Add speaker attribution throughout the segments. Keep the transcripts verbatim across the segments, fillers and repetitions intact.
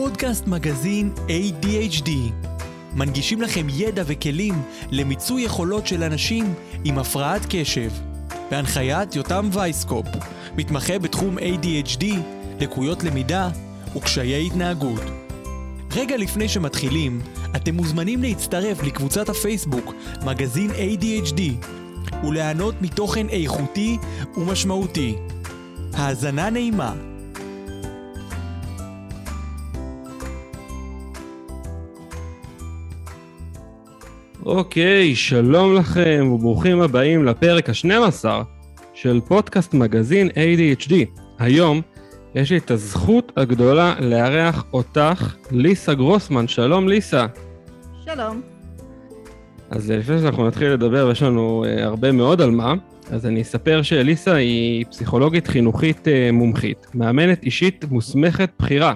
Speaker 1: פודקאסט מגזין איי די אייץ' די. מנגישים לכם ידע וכלים למיצוי יכולות של אנשים עם הפרעת קשב. בהנחיית יותם וייסקופ, מתמחה בתחום איי די אייץ' די, לקויות למידה וקשיי התנהגות. רגע לפני שמתחילים, אתם מוזמנים להצטרף לקבוצת הפייסבוק מגזין איי די אייץ' די וליהנות מתוכן איכותי ומשמעותי. האזנה נעימה.
Speaker 2: אוקיי, שלום לכם וברוכים הבאים לפרק ה-שנים עשר של פודקאסט מגזין איי די אייץ' די. היום יש לי את הזכות הגדולה לארח אותך, ליסה גרוסמן. שלום ליסה.
Speaker 3: שלום.
Speaker 2: אז לפני שאנחנו נתחיל לדבר, ויש לנו uh, הרבה מאוד על מה, אז אני אספר שליסה היא פסיכולוגית חינוכית uh, מומחית, מאמנת אישית מוסמכת בחירה,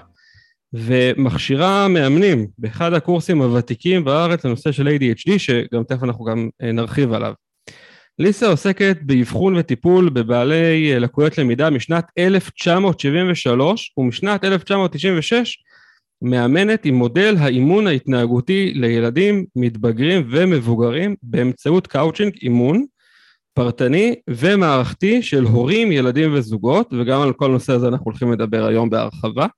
Speaker 2: ומכשירה מאמנים באחד הקורסים הוותיקים בארץ לנושא של איי די אייץ' די, שגם תכף אנחנו גם uh, נרחיב עליו. ליסה עוסקת באבחון וטיפול בבעלי uh, לקויות למידה משנת אלף תשע מאות שבעים ושלוש, ומשנת אלף תשע מאות תשעים ושש, מאמנת עם מודל האימון ההתנהגותי לילדים, מתבגרים ומבוגרים באמצעות קאוצ'ינג אימון פרטני ומערכתי של הורים, ילדים וזוגות, וגם על כל נושא הזה אנחנו הולכים לדבר היום בהרחבה.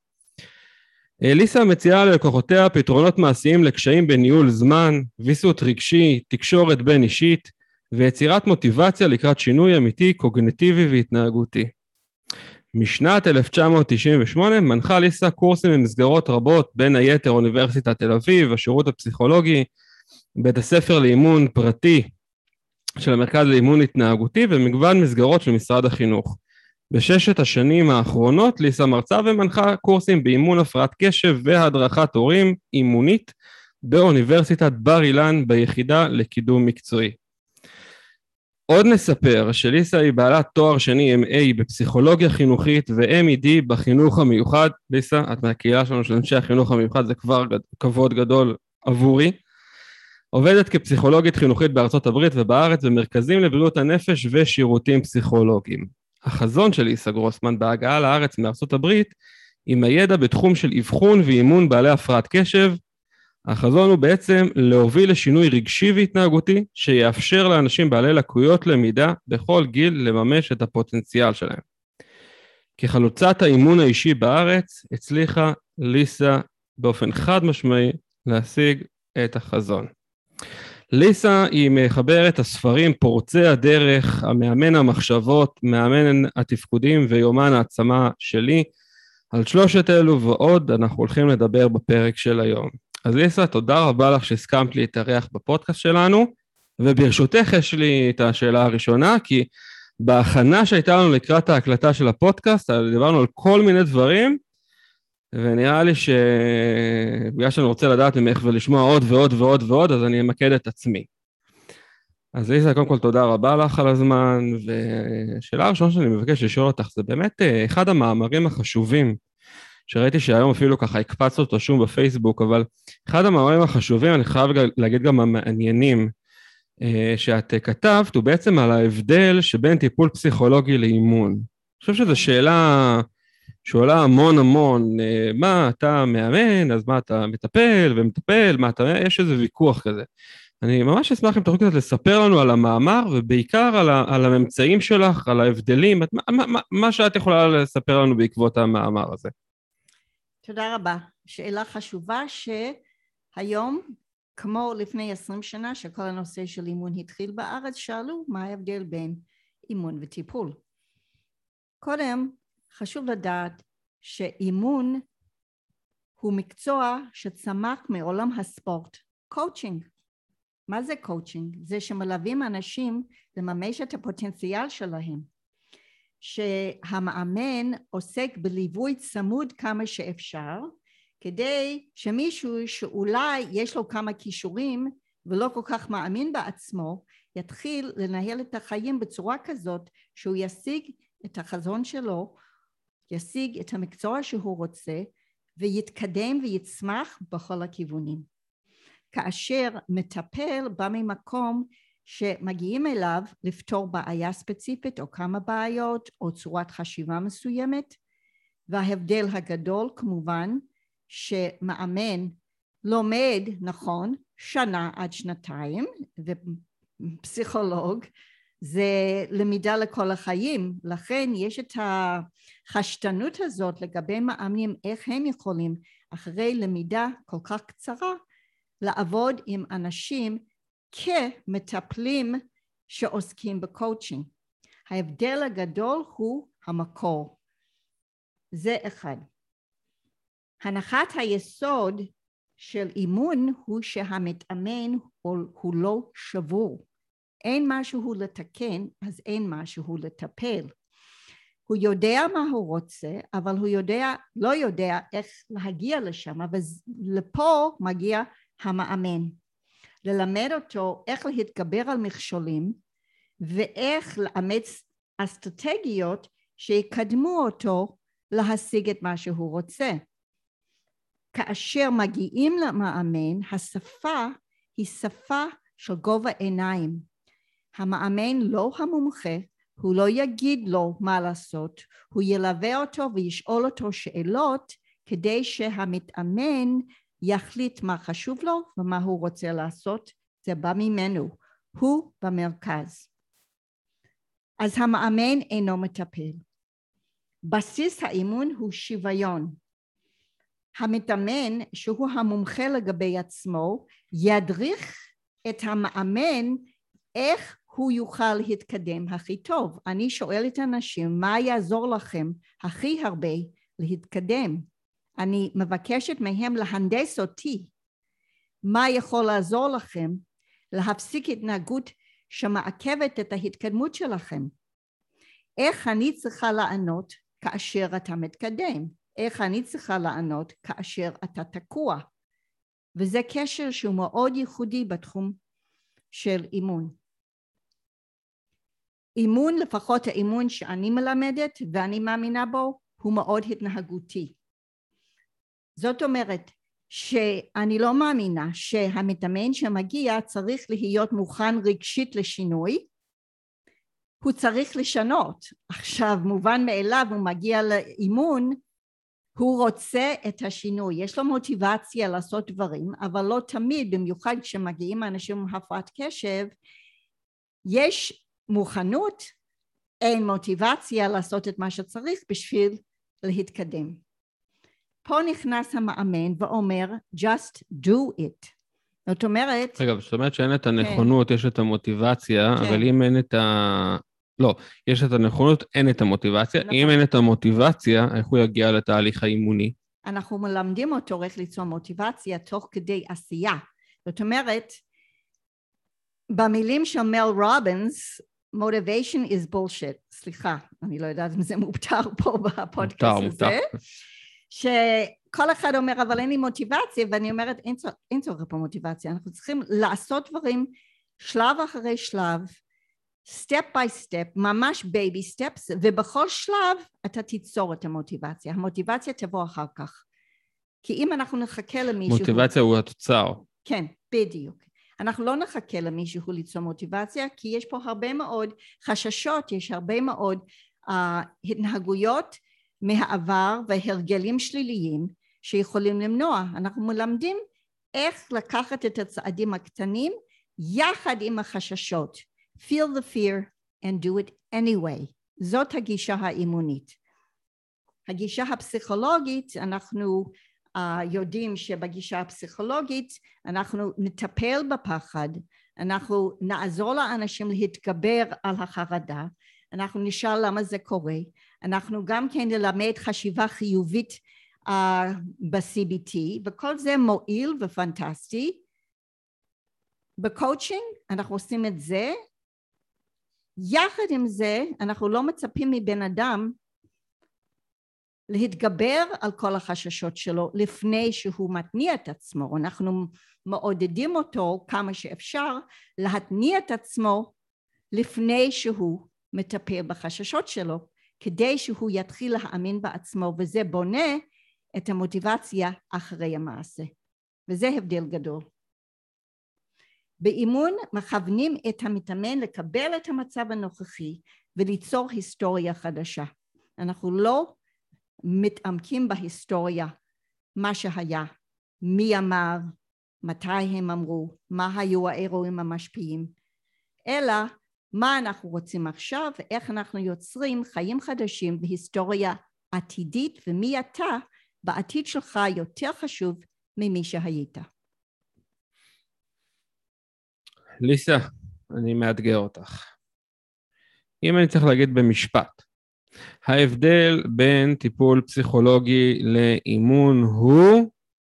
Speaker 2: ליסה מציעה ללקוחותיה פתרונות מעשיים לקשיים בניהול זמן, ויסות רגשי, תקשורת בין אישית ויצירת מוטיבציה לקראת שינוי אמיתי, קוגניטיבי והתנהגותי. משנת אלף תשע מאות תשעים ושמונה מנחה ליסה קורסים במסגרות רבות, בין היתר אוניברסיטת תל אביב, השירות הפסיכולוגי, בית הספר לאימון פרטי של המרכז לאימון התנהגותי ומגוון מסגרות של משרד החינוך. בששת השנים האחרונות ליסה מרצה ומנחה קורסים באימון הפרעת קשב והדרכת הורים אימונית באוניברסיטת בר אילן ביחידה לקידום מקצועי. עוד נספר שליסה היא בעלת תואר שני אם איי בפסיכולוגיה חינוכית ו-אם אי די בחינוך המיוחד. ליסה, את מהקהילה שלנו של אנשי החינוך המיוחד, זה כבר כבוד גדול עבורי. עובדת כפסיכולוגית חינוכית בארצות הברית ובארץ במרכזים לבריאות הנפש ושירותים פסיכולוגיים. החזון של ליסה גרוסמן בהגעה לארץ מארצות הברית עם הידע בתחום של אבחון ואימון בעלי הפרעת קשב. החזון הוא בעצם להוביל לשינוי רגשי והתנהגותי שיאפשר לאנשים בעלי לקויות למידה בכל גיל לממש את הפוטנציאל שלהם. כחלוצת האימון האישי בארץ הצליחה ליסה באופן חד משמעי להשיג את החזון. ליסה היא מחברת הספרים פורצי הדרך, המאמן המחשבות, מאמן התפקודים ויומן העצמה שלי. על שלושת אלו ועוד אנחנו הולכים לדבר בפרק של היום. אז ליסה, תודה רבה לך שהסכמת להתארח בפודקאסט שלנו, וברשותך יש לי את השאלה הראשונה, כי בהכנה שהייתה לנו לקראת ההקלטה של הפודקאסט, דיברנו על כל מיני דברים, ונראה לי שבגלל שאני רוצה לדעת ממך ולשמוע עוד ועוד ועוד ועוד, אז אני אמקד את עצמי. אז ליסה, קודם כל תודה רבה לך על הזמן, ושאלה הראשונה שאני מבקש לשאול אותך, זה באמת אחד המאמרים החשובים, שראיתי שהיום אפילו ככה הקפץ אותו שום בפייסבוק, אבל אחד המאמרים החשובים, אני חייב להגיד גם המעניינים, שאת כתבת, הוא בעצם על ההבדל שבין טיפול פסיכולוגי לאימון. אני חושב שזו שאלה שעולה המון המון, מה אתה מאמן, אז מה אתה מטפל ומטפל, מה אתה, יש איזה ויכוח כזה. אני ממש אשמח אם תוכלו קצת לספר לנו על המאמר, ובעיקר על, ה, על הממצאים שלך, על ההבדלים, מה, מה, מה שאת יכולה לספר לנו בעקבות המאמר הזה.
Speaker 3: תודה רבה. שאלה חשובה שהיום, כמו לפני עשרים שנה, שכל הנושא של אימון התחיל בארץ, שאלו מה ההבדל בין אימון וטיפול. קודם, חשוב לדעת שאימון הוא מקצוע שצמח מעולם הספורט. קואוצ'ינג. מה זה קואוצ'ינג? זה שמלווים אנשים לממש את הפוטנציאל שלהם. שהמאמן עוסק בליווי צמוד כמה שאפשר, כדי שמישהו שאולי יש לו כמה כישורים ולא כל כך מאמין בעצמו, יתחיל לנהל את החיים בצורה כזאת שהוא ישיג את החזון שלו, ישיג את המקצוע שהוא רוצה, ויתקדם ויצמח בכל הכיוונים. כאשר מטפל בא ממקום שמגיעים אליו לפתור בעיה ספציפית או כמה בעיות או צורת חשיבה מסוימת, וההבדל הגדול כמובן שמאמן לומד, נכון, שנה עד שנתיים, ופסיכולוג זה למידה לכל החיים, לכן יש את החשדנות הזאת לגבי מאמנים, איך הם יכולים אחרי למידה כל כך קצרה לעבוד עם אנשים כמטפלים שעוסקים בקואוצ'ינג. ההבדל הגדול הוא המקור. זה אחד. הנחת היסוד של אימון הוא שהמתאמן הוא לא שבור. אין משהו לתקן, אז אין משהו לטפל. הוא יודע מה הוא רוצה, אבל הוא יודע, לא יודע איך להגיע לשם, ולפה מגיע המאמן. ללמד אותו איך להתגבר על מכשולים, ואיך לאמץ אסטרטגיות שיקדמו אותו להשיג את מה שהוא רוצה. כאשר מגיעים למאמן, השפה היא שפה של גובה עיניים. המאמן לא המומחה, הוא לא יגיד לו מה לעשות, הוא ילווה אותו וישאול אותו שאלות כדי שהמתאמן יחליט מה חשוב לו ומה הוא רוצה לעשות. זה בא ממנו, הוא במרכז. אז המאמן אינו מטפל. בסיס האימון הוא שוויון. המתאמן שהוא המומחה לגבי עצמו ידריך את המאמן איך הוא יוכל להתקדם הכי טוב. אני שואלת אנשים מה יעזור לכם הכי הרבה להתקדם. אני מבקשת מהם להנדס אותי מה יכול לעזור לכם להפסיק התנהגות שמעכבת את ההתקדמות שלכם. איך אני צריכה לענות כאשר אתה מתקדם? איך אני צריכה לענות כאשר אתה תקוע? וזה קשר שהוא מאוד ייחודי בתחום של אימון. אימון, לפחות האימון שאני מלמדת ואני מאמינה בו, הוא מאוד התנהגותי. זאת אומרת שאני לא מאמינה שהמתאמן שמגיע צריך להיות מוכן רגשית לשינוי, הוא צריך לשנות. עכשיו מובן מאליו הוא מגיע לאימון, הוא רוצה את השינוי, יש לו מוטיבציה לעשות דברים, אבל לא תמיד, במיוחד כשמגיעים אנשים עם הפרעת קשב, יש מוכנות, אין מוטיבציה לעשות את מה שצריך בשביל להתקדם. פה נכנס המאמן ואומר, just do it. זאת אומרת...
Speaker 2: רגע, זאת אומרת שאין את הנכונות, כן. יש את המוטיבציה, כן. אבל אם אין את ה... לא, יש את הנכונות, אין את המוטיבציה. נכון. אם אין את המוטיבציה, איך הוא יגיע לתהליך האימוני? אנחנו
Speaker 3: מלמדים אותו איך ליצור מוטיבציה תוך כדי עשייה. זאת אומרת, במילים של מל רובינס, motivation is bullshit. סליחה, אני לא יודעת אם זה מותר פה בפודקאסט הזה. מותר, מותר. שכל אחד אומר, אבל אין לי מוטיבציה, ואני אומרת, אין, צור, אין צורך פה מוטיבציה. אנחנו צריכים לעשות דברים שלב אחרי שלב, סטפ ביי סטפ, ממש בייבי סטפס, ובכל שלב אתה תיצור את המוטיבציה. המוטיבציה תבוא אחר כך. כי אם אנחנו נחכה למישהו...
Speaker 2: מוטיבציה הוא התוצר.
Speaker 3: כן, בדיוק. אנחנו לא נחכה למישהו ליצור מוטיבציה, כי יש פה הרבה מאוד חששות, יש הרבה מאוד uh, התנהגויות מהעבר והרגלים שליליים שיכולים למנוע. אנחנו מלמדים איך לקחת את הצעדים הקטנים יחד עם החששות. Feel the fear and do it anyway. זאת הגישה האימונית. הגישה הפסיכולוגית, אנחנו uh, יודעים שבגישה הפסיכולוגית אנחנו נטפל בפחד, אנחנו נעזור לאנשים להתגבר על החרדה, אנחנו נשאל למה זה קורה, אנחנו גם כן נלמד חשיבה חיובית uh, ב-סי בי טי, וכל זה מועיל ופנטסטי. בקואוצ'ינג אנחנו עושים את זה, יחד עם זה אנחנו לא מצפים מבן אדם להתגבר על כל החששות שלו לפני שהוא מתניע את עצמו. אנחנו מעודדים אותו כמה שאפשר להתניע את עצמו לפני שהוא מטפל בחששות שלו, כדי שהוא יתחיל להאמין בעצמו, וזה בונה את המוטיבציה אחרי המעשה. וזה הבדל גדול. באימון מכוונים את המתאמן לקבל את המצב הנוכחי וליצור היסטוריה חדשה. אנחנו לא מתעמקים בהיסטוריה מה שהיה, מי אמר, מתי הם אמרו, מה היו האירועים המשפיעים, אלא מה אנחנו רוצים עכשיו ואיך אנחנו יוצרים חיים חדשים והיסטוריה עתידית, ומי אתה בעתיד שלך יותר חשוב ממי שהיית.
Speaker 2: ליסה, אני מאתגר אותך. אם אני צריך להגיד במשפט, ההבדל בין טיפול פסיכולוגי לאימון הוא?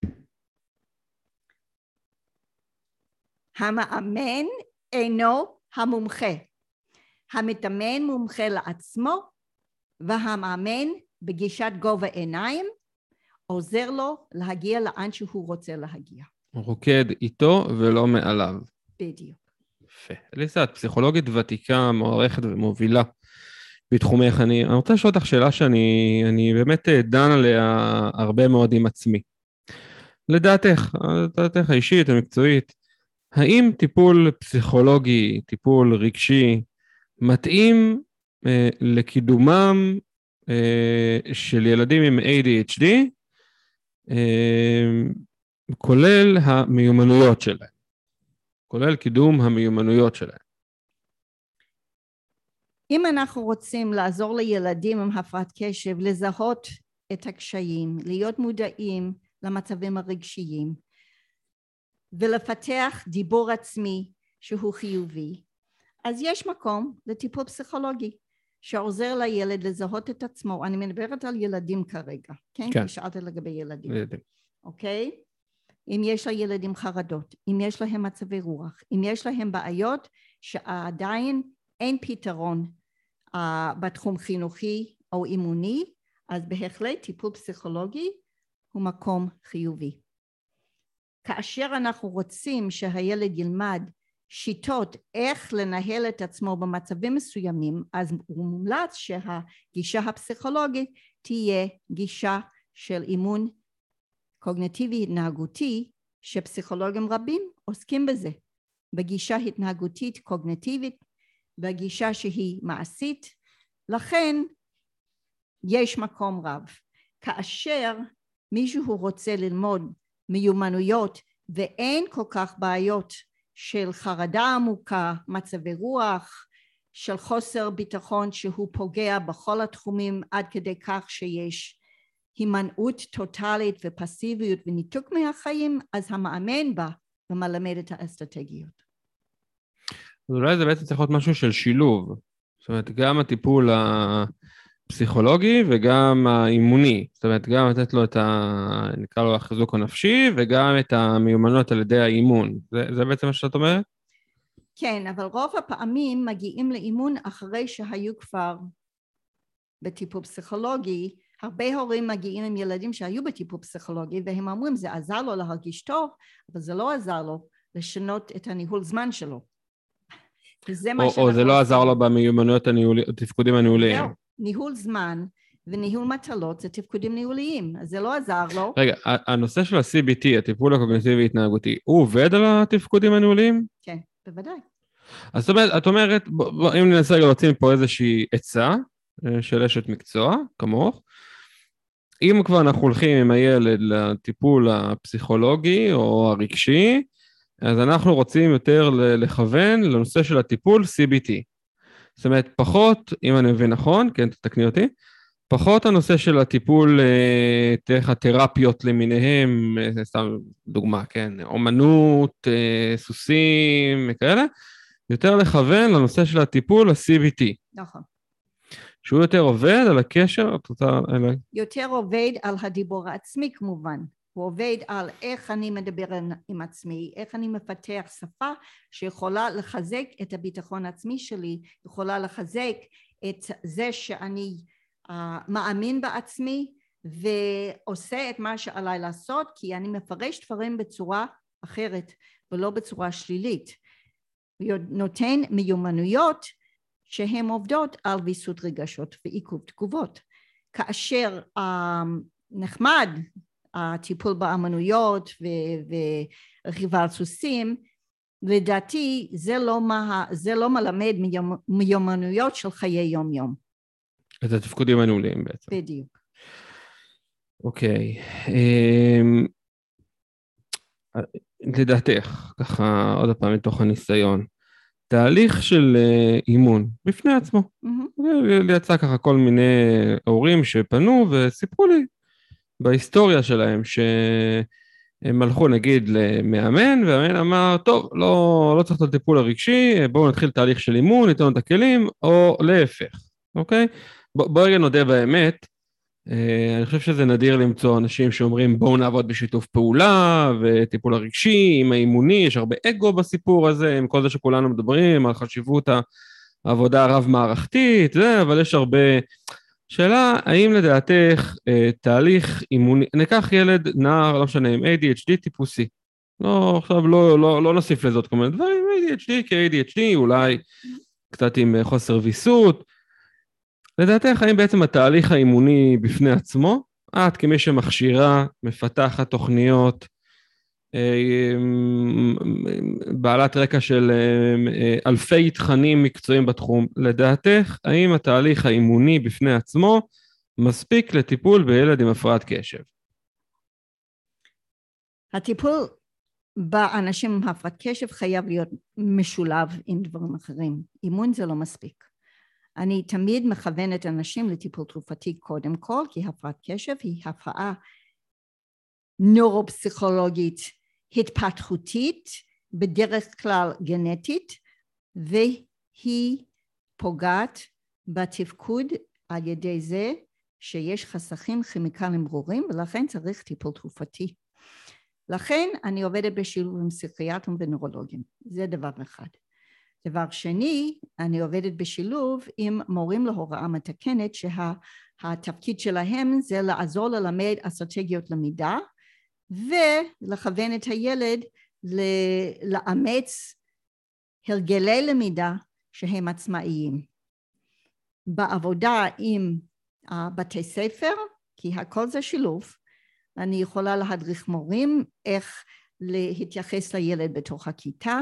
Speaker 3: המאמן אינו המומחה. המתאמן מומחה לעצמו, והמאמן בגישת גובה עיניים עוזר לו להגיע לאן שהוא רוצה להגיע.
Speaker 2: רוקד איתו ולא מעליו.
Speaker 3: בדיוק.
Speaker 2: יפה. אליסה, את פסיכולוגית ותיקה, מוערכת ומובילה בתחומך. אני, אני רוצה לשאול אותך שאלה שאני אני באמת דן עליה הרבה מאוד עם עצמי. לדעתך, לדעתך האישית, המקצועית, האם טיפול פסיכולוגי, טיפול רגשי, מתאים אה, לקידומם אה, של ילדים עם איי די אייץ' די, אה, כולל המיומנויות שלהם, כולל קידום המיומנויות שלהם?
Speaker 3: אם אנחנו רוצים לעזור לילדים עם הפרעת קשב, לזהות את הקשיים, להיות מודעים למצבים הרגשיים, ולפתח דיבור עצמי שהוא חיובי, אז יש מקום לטיפול פסיכולוגי שעוזר לילד לזהות את עצמו. אני מדברת על ילדים כרגע, כן?
Speaker 2: כן.
Speaker 3: שאלת לגבי ילדים.
Speaker 2: ילדים.
Speaker 3: אוקיי? אם יש לילדים חרדות, אם יש להם מצבי רוח, אם יש להם בעיות שעדיין אין פתרון uh, בתחום חינוכי או אימוני, אז בהחלט טיפול פסיכולוגי הוא מקום חיובי. כאשר אנחנו רוצים שהילד ילמד שיטות איך לנהל את עצמו במצבים מסוימים, אז הוא מומלץ שהגישה הפסיכולוגית תהיה גישה של אימון קוגניטיבי התנהגותי, שפסיכולוגים רבים עוסקים בזה, בגישה התנהגותית קוגניטיבית, בגישה שהיא מעשית. לכן יש מקום רב. כאשר מישהו רוצה ללמוד מיומנויות ואין כל כך בעיות של חרדה עמוקה, מצבי רוח, של חוסר ביטחון שהוא פוגע בכל התחומים עד כדי כך שיש הימנעות טוטלית ופסיביות וניתוק מהחיים, אז המאמן בא ומלמד את האסטרטגיות.
Speaker 2: אז אולי זה בעצם צריך להיות משהו של שילוב, זאת אומרת גם הטיפול הפסיכולוגי וגם האימוני, זאת אומרת גם לתת לו את ה... נקרא לו החיזוק הנפשי וגם את המיומנות על ידי האימון, זה, זה בעצם מה שאת אומרת?
Speaker 3: כן, אבל רוב הפעמים מגיעים לאימון אחרי שהיו כבר בטיפול פסיכולוגי. הרבה הורים מגיעים עם ילדים שהיו בטיפול פסיכולוגי והם אומרים זה עזר לו להרגיש טוב, אבל זה לא עזר לו לשנות את הניהול זמן שלו.
Speaker 2: או, או זה לא עזר לו במיומנויות הניהוליות, תפקודים הניהוליים.
Speaker 3: זהו, ניהול זמן וניהול מטלות זה תפקודים ניהוליים, אז זה לא עזר לו.
Speaker 2: רגע, הנושא של ה-סי בי טי, הטיפול הקוגניטיבי התנהגותי, הוא עובד על התפקודים הניהוליים?
Speaker 3: כן, בוודאי.
Speaker 2: אז זאת אומרת, את אומרת, בוא, בוא, אם ננסה להוציא מפה איזושהי עצה של אשת מקצוע, כמוך, אם כבר אנחנו הולכים עם הילד לטיפול הפסיכולוגי או הרגשי, אז אנחנו רוצים יותר לכוון לנושא של הטיפול סי בי טי. זאת אומרת, פחות, אם אני מבין נכון, כן, תתקני אותי, פחות הנושא של הטיפול, תראה, התרפיות למיניהם, סתם דוגמה, כן, אומנות, סוסים, כאלה, יותר לכוון לנושא של הטיפול ה-סי בי טי.
Speaker 3: נכון.
Speaker 2: שהוא יותר עובד על הקשר, את רוצה...
Speaker 3: יותר עובד על הדיבור העצמי כמובן. הוא עובד על איך אני מדבר עם עצמי, איך אני מפתח שפה שיכולה לחזק את הביטחון העצמי שלי, יכולה לחזק את זה שאני uh, מאמין בעצמי ועושה את מה שעליי לעשות, כי אני מפרש דברים בצורה אחרת ולא בצורה שלילית. נותן מיומנויות שהן עובדות על ויסות רגשות ועיכוב תגובות. כאשר uh, נחמד הטיפול באמנויות ורכיבה על סוסים, לדעתי זה לא, מה, זה לא מלמד מיומנויות של חיי יום יום.
Speaker 2: את התפקודים הניהוליים בעצם.
Speaker 3: בדיוק.
Speaker 2: אוקיי. לדעתך, ככה עוד פעם מתוך הניסיון, תהליך של אימון בפני עצמו. יצא ככה כל מיני הורים שפנו וסיפרו לי בהיסטוריה שלהם שהם הלכו נגיד למאמן, והמאמן אמר, טוב, לא, לא צריך את הטיפול הרגשי, בואו נתחיל תהליך של אימון, ניתן את הכלים, או להפך, אוקיי? בואו רגע נודה באמת, אני חושב שזה נדיר למצוא אנשים שאומרים בואו נעבוד בשיתוף פעולה וטיפול הרגשי עם האימוני, יש הרבה אגו בסיפור הזה, עם כל זה שכולנו מדברים על חשיבות העבודה הרב מערכתית, זה, אבל יש הרבה... שאלה, האם לדעתך תהליך אימוני, ניקח ילד נער, לא משנה, עם איי די אייץ' די טיפוסי, לא, עכשיו לא, לא, לא נוסיף לזאת כל מיני דברים, איי די אייץ' די כ-איי די אייץ' די, אולי קצת עם חוסר ויסות, לדעתך, האם בעצם התהליך האימוני בפני עצמו, את כמי שמכשירה, מפתחת תוכניות, בעלת רקע של אלפי תכנים מקצועיים בתחום, לדעתך, האם התהליך האימוני בפני עצמו מספיק לטיפול בילד עם הפרעת קשב?
Speaker 3: הטיפול באנשים עם הפרעת קשב חייב להיות משולב עם דברים אחרים. אימון זה לא מספיק. אני תמיד מכוונת אנשים לטיפול תרופתי קודם כל, כי הפרעת קשב היא הפרעה נוירופסיכולוגית התפתחותית, בדרך כלל גנטית, והיא פוגעת בתפקוד על ידי זה שיש חסכים כימיקליים ברורים, ולכן צריך טיפול תרופתי. לכן אני עובדת בשילוב עם פסיכיאטרים ונוירולוגים, זה דבר אחד. דבר שני, אני עובדת בשילוב עם מורים להוראה מתקנת, שהתפקיד שלהם זה לעזור ללמד אסטרטגיות למידה, ולכוון את הילד לאמץ הרגלי למידה שהם עצמאיים. בעבודה עם בתי ספר, כי הכל זה שילוב, אני יכולה להדריך מורים איך להתייחס לילד בתוך הכיתה,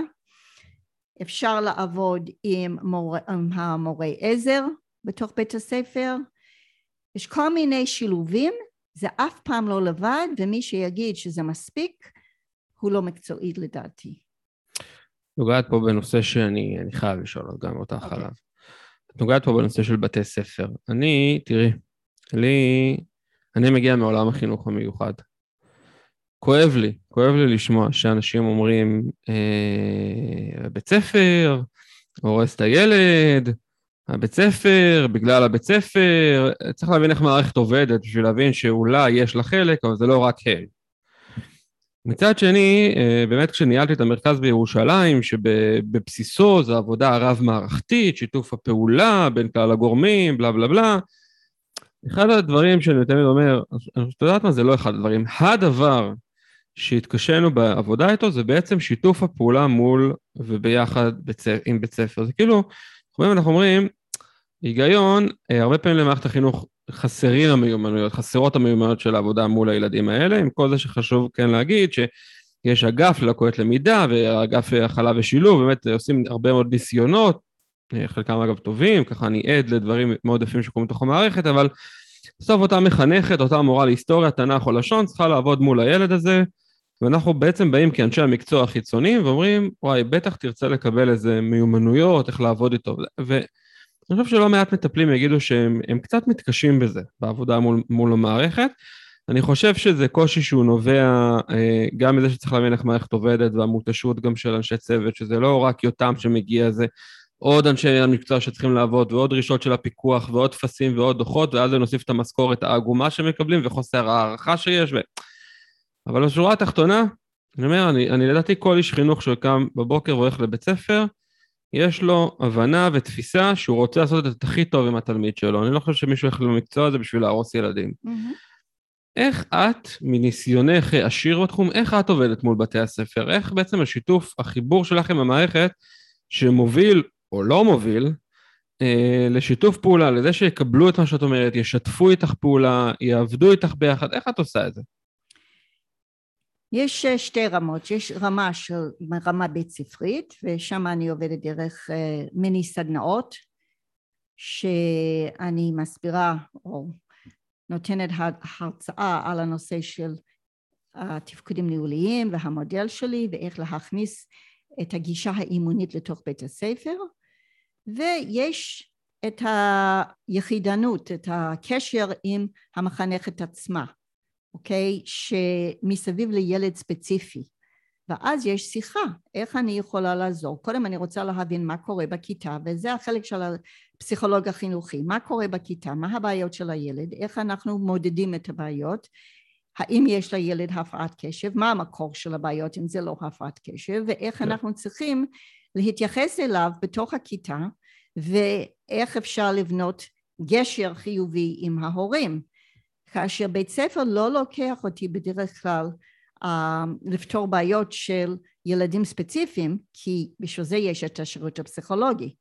Speaker 3: אפשר לעבוד עם, מור... עם המורי עזר בתוך בית הספר, יש כל מיני שילובים, זה אף פעם לא לבד, ומי שיגיד שזה מספיק, הוא לא מקצועי לדעתי.
Speaker 2: נוגעת פה בנושא שאני אני חייב לשאול גם אותך okay. עליו. את נוגעת פה בנושא של בתי ספר. אני, תראי, לי, אני מגיע מעולם החינוך המיוחד. כואב לי, כואב לי לשמוע שאנשים אומרים, אה, בית ספר, הורס את הילד, הבית ספר, בגלל הבית ספר, צריך להבין איך מערכת עובדת, בשביל להבין שאולי יש לה חלק, אבל זה לא רק הם. מצד שני, באמת כשניהלתי את המרכז בירושלים, שבבסיסו זו עבודה הרב-מערכתית, שיתוף הפעולה בין כלל הגורמים, בלה בלה בלה, אחד הדברים שאני תמיד אומר, את יודעת מה, זה לא אחד הדברים, הדבר שהתקשנו בעבודה איתו, זה בעצם שיתוף הפעולה מול וביחד עם בית ספר. זה כאילו, אנחנו אומרים, היגיון, הרבה פעמים למערכת החינוך חסרים המיומנויות, חסרות המיומנויות של העבודה מול הילדים האלה, עם כל זה שחשוב כן להגיד שיש אגף ללקויות למידה, ואגף הכלה ושילוב, באמת עושים הרבה מאוד ניסיונות, חלקם אגב טובים, ככה אני עד לדברים מאוד יפים שקוראים בתוך המערכת, אבל בסוף אותה מחנכת, אותה מורה להיסטוריה, תנ"ך או לשון, צריכה לעבוד מול הילד הזה, ואנחנו בעצם באים כאנשי המקצוע החיצוניים, ואומרים, וואי, בטח תרצה לקבל איזה מיומנויות, איך לעבוד איתו, ואני חושב שלא מעט מטפלים יגידו שהם קצת מתקשים בזה, בעבודה מול, מול המערכת. אני חושב שזה קושי שהוא נובע גם מזה שצריך להבין איך מערכת עובדת, והמותשות גם של אנשי צוות, שזה לא רק יותם שמגיע, זה עוד אנשי המקצוע שצריכים לעבוד, ועוד דרישות של הפיקוח, ועוד תפסים ועוד דוחות, ואז נוסיף את המשכורת העגומה שמקבלים, וחוסר הערכה שיש. ו... אבל בשורה התחתונה, אני אומר, אני, אני לדעתי כל איש חינוך שקם בבוקר והולך לבית ספר, יש לו הבנה ותפיסה שהוא רוצה לעשות את הכי טוב עם התלמיד שלו. אני לא חושב שמישהו הולך למקצוע הזה בשביל להרוס ילדים. Mm-hmm. איך את, מניסיונך עשיר בתחום, איך את עובדת מול בתי הספר? איך בעצם השיתוף, החיבור שלכם במערכת, שמוביל או לא מוביל, אה, לשיתוף פעולה, לזה שיקבלו את מה שאת אומרת, ישתפו איתך פעולה, יעבדו איתך ביחד, איך את עושה את זה?
Speaker 3: יש שתי רמות, יש רמה של רמה בית ספרית, ושם אני עובדת דרך uh, מיני סדנאות, שאני מסבירה או נותנת הרצאה על הנושא של התפקודים ניהוליים והמודל שלי ואיך להכניס את הגישה האימונית לתוך בית הספר, ויש את היחידנות, את הקשר עם המחנכת עצמה, אוקיי? שמסביב לילד ספציפי. ואז יש שיחה, איך אני יכולה לעזור? קודם אני רוצה להבין מה קורה בכיתה, וזה החלק של הפסיכולוג החינוכי, מה קורה בכיתה, מה הבעיות של הילד, איך אנחנו מודדים את הבעיות, האם יש לילד הפרעת קשב, מה המקור של הבעיות אם זה לא הפרעת קשב, ואיך אנחנו צריכים להתייחס אליו בתוך הכיתה, ואיך אפשר לבנות גשר חיובי עם ההורים. כאשר בית ספר לא לוקח אותי בדרך כלל uh, לפתור בעיות של ילדים ספציפיים, כי בשביל זה יש את השירות הפסיכולוגי.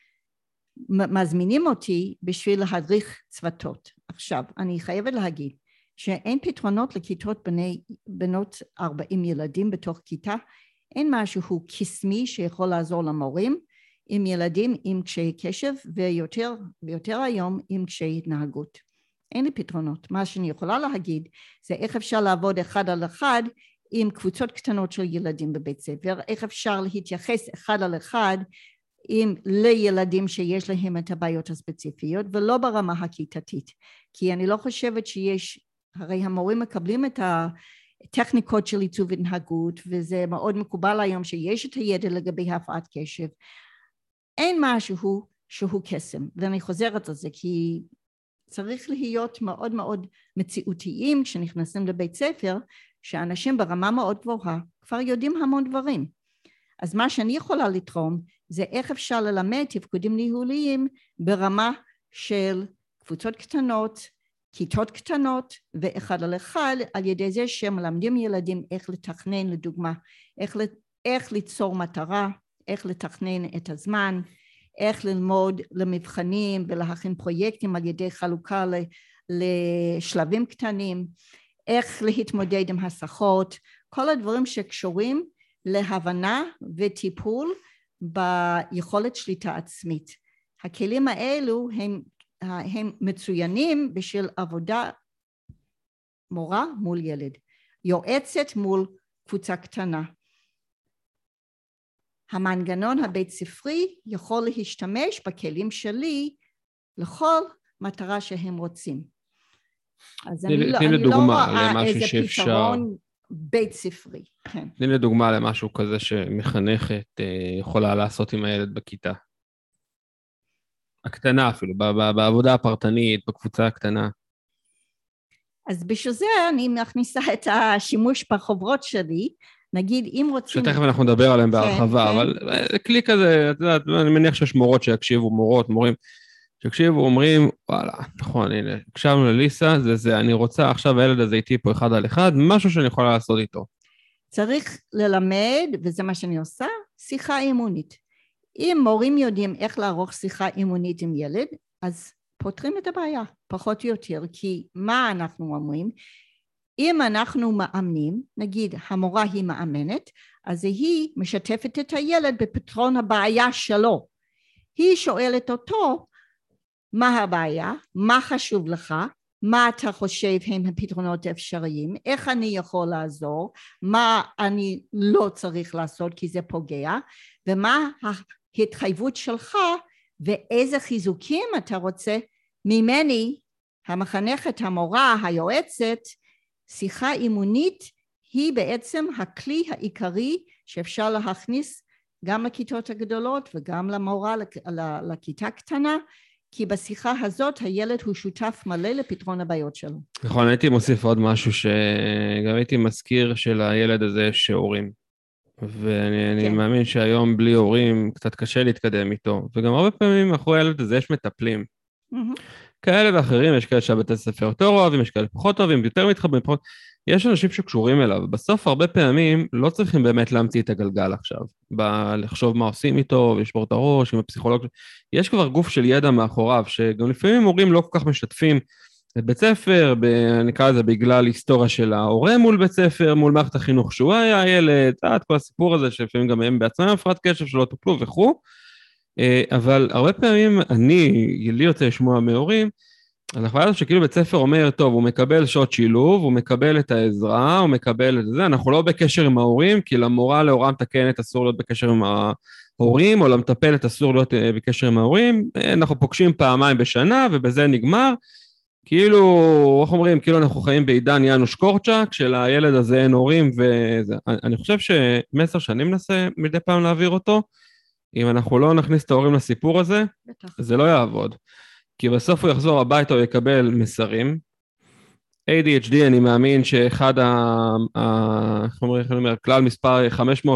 Speaker 3: מזמינים אותי בשביל להדריך צוותות. עכשיו, אני חייבת להגיד שאין פתרונות לכיתות בני, בנות ארבעים ילדים בתוך כיתה, אין משהו קסמי שיכול לעזור למורים, עם ילדים עם קשיי קשב, ויותר, ויותר היום עם קשיי התנהגות. אין לי פתרונות. מה שאני יכולה להגיד זה איך אפשר לעבוד אחד על אחד עם קבוצות קטנות של ילדים בבית ספר, איך אפשר להתייחס אחד על אחד עם לילדים שיש להם את הבעיות הספציפיות, ולא ברמה הכיתתית. כי אני לא חושבת שיש, הרי המורים מקבלים את הטכניקות של עיצוב התנהגות, וזה מאוד מקובל היום שיש את הידע לגבי הפרעת קשב. אין משהו שהוא קסם, ואני חוזרת על זה, כי צריך להיות מאוד מאוד מציאותיים כשנכנסים לבית ספר, שאנשים ברמה מאוד גבוהה כבר יודעים המון דברים. אז מה שאני יכולה לתרום, זה איך אפשר ללמד תפקודים ניהוליים ברמה של קבוצות קטנות, כיתות קטנות, ואחד על אחד, על ידי זה שמלמדים ילדים איך לתכנן, לדוגמה, איך, איך ליצור מטרה, איך לתכנן את הזמן, איך ללמוד למבחנים ולהכין פרויקטים על ידי חלוקה לשלבים קטנים, איך להתמודד עם הסחות, כל הדברים שקשורים להבנה וטיפול ביכולת שליטה עצמית. הכלים האלו הם, הם מצוינים בשביל עבודה מורה מול ילד, יועצת מול קבוצה קטנה. המנגנון הבית ספרי יכול להשתמש בכלים שלי לכל מטרה שהם רוצים. אז אני לא, אני לא רואה איזה פתרון בית ספרי. כן.
Speaker 2: תני לדוגמה למשהו כזה שמחנכת יכולה לעשות עם הילד בכיתה. הקטנה אפילו, בעבודה הפרטנית, בקבוצה הקטנה.
Speaker 3: אז בשביל זה אני מכניסה את השימוש בחוברות שלי, נגיד אם רוצים...
Speaker 2: שתכף אנחנו נדבר עליהם בהרחבה, אבל כלי כזה, את יודעת, אני מניח שיש מורות שיקשיבו, מורות, מורים, שיקשיבו, אומרים, וואלה, נכון, הנה, הקשבנו לליסה, זה זה, אני רוצה עכשיו הילד הזה איתי פה אחד על אחד, משהו שאני יכולה לעשות איתו.
Speaker 3: צריך ללמד, וזה מה שאני עושה, שיחה אימונית. אם מורים יודעים איך לערוך שיחה אימונית עם ילד, אז פותרים את הבעיה, פחות או יותר, כי מה אנחנו אומרים? אם אנחנו מאמנים, נגיד המורה היא מאמנת, אז היא משתפת את הילד בפתרון הבעיה שלו. היא שואלת אותו, מה הבעיה? מה חשוב לך? מה אתה חושב הם הפתרונות האפשריים? איך אני יכול לעזור? מה אני לא צריך לעשות כי זה פוגע? ומה ההתחייבות שלך ואיזה חיזוקים אתה רוצה ממני, המחנכת, המורה, היועצת? שיחה אימונית היא בעצם הכלי העיקרי שאפשר להכניס גם לכיתות הגדולות וגם למורה לכיתה קטנה, כי בשיחה הזאת הילד הוא שותף מלא לפתרון הבעיות שלו.
Speaker 2: נכון, הייתי מוסיף עוד משהו שגם הייתי מזכיר של הילד הזה שהורים. ואני כן. מאמין שהיום בלי הורים קצת קשה להתקדם איתו, וגם הרבה פעמים מאחורי הילד הזה יש מטפלים. Mm-hmm. כאלה ואחרים, יש כאלה שהבית הספר יותר אוהבים, יש כאלה פחות אוהבים, יותר מתחברים, פחות... יש אנשים שקשורים אליו. בסוף הרבה פעמים לא צריכים באמת להמציא את הגלגל עכשיו, לחשוב מה עושים איתו, ולשבור את הראש, עם הפסיכולוג. יש כבר גוף של ידע מאחוריו, שגם לפעמים הורים לא כל כך משתפים את בית ספר, נקרא לזה בגלל היסטוריה של ההורה מול בית ספר, מול מערכת החינוך שהוא היה הילד, את כל הסיפור הזה שלפעמים גם הם בעצמם הפרעת קשב שלא טופלו וכו'. אבל הרבה פעמים אני, לי יוצא לשמוע מהורים, אז החוויה הזאת שכאילו בית ספר אומר, טוב, הוא מקבל שעות שילוב, הוא מקבל את העזרה, הוא מקבל את זה, אנחנו לא בקשר עם ההורים, כי למורה להוראה מתקנת אסור להיות בקשר עם ההורים, או למטפלת אסור להיות בקשר עם ההורים, אנחנו פוגשים פעמיים בשנה, ובזה נגמר, כאילו, איך אומרים, כאילו אנחנו חיים בעידן יאנוש קורצ'אק, שלילד הזה אין הורים, וזה. אני חושב שמסר שאני מנסה מדי פעם להעביר אותו, אם אנחנו לא נכניס את ההורים לסיפור הזה, בטח. זה לא יעבוד. כי בסוף הוא יחזור הביתה, הוא יקבל מסרים. איי די אייץ' די, אני מאמין שאחד ה... איך אומרים, כלל מספר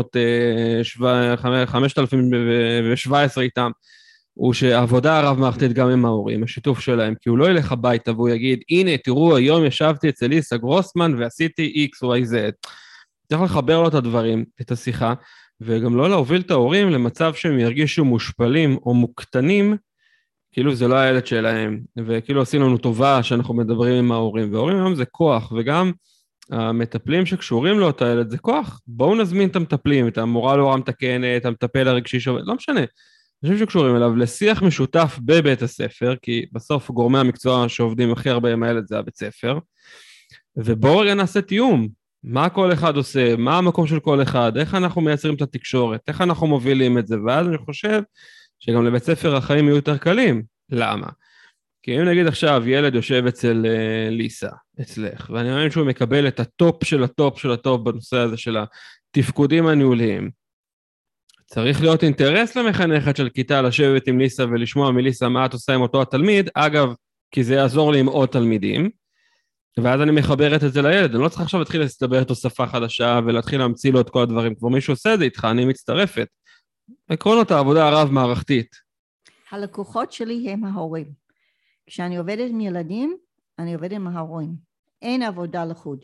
Speaker 2: חמשת אלפים שבע עשרה איתם, הוא שהעבודה הרב-מערכתית גם עם ההורים, השיתוף שלהם, כי הוא לא ילך הביתה והוא יגיד, הנה, תראו, היום ישבתי אצל ליסה גרוסמן ועשיתי X או Y-Z. צריך לחבר לו את הדברים, את השיחה, וגם לא להוביל את ההורים למצב שהם ירגישו מושפלים או מוקטנים, כאילו זה לא הילד שלהם, וכאילו עושים לנו טובה שאנחנו מדברים עם ההורים, וההורים היום זה כוח, וגם המטפלים שקשורים לאותו ילד זה כוח, בואו נזמין את המטפלים, את המורה להוראה מתקנת, את המטפל הרגשי שעובד, לא משנה, אנשים שקשורים אליו לשיח משותף בבית הספר, כי בסוף גורמי המקצוע שעובדים הכי הרבה עם הילד זה הבית ספר, ובואו רגע נעשה תיאום, מה כל אחד עושה, מה המקום של כל אחד, איך אנחנו מייצרים את התקשורת, איך אנחנו מובילים את זה, ואז אני חושב שגם לבית ספר החיים יהיו יותר קלים. למה? כי אם נגיד עכשיו ילד יושב אצל uh, ליסה, אצלך, ואני מאמין שהוא מקבל את הטופ של הטופ של הטופ בנושא הזה של התפקודים הניהוליים, צריך להיות אינטרס למחנכת של כיתה לשבת עם ליסה ולשמוע מליסה מה את עושה עם אותו התלמיד, אגב, כי זה יעזור לי עם עוד תלמידים, ואז אני מחברת את זה לילד, אני לא צריך עכשיו להתחיל להסתבר את שפה חדשה ולהתחיל להמציא לו את כל הדברים, כבר מישהו עושה את זה איתך, אני מצטרפת. עקרונות העבודה הרב-מערכתית.
Speaker 3: הלקוחות שלי הם ההורים. כשאני עובדת עם ילדים, אני עובדת עם ההורים. אין עבודה לחוד.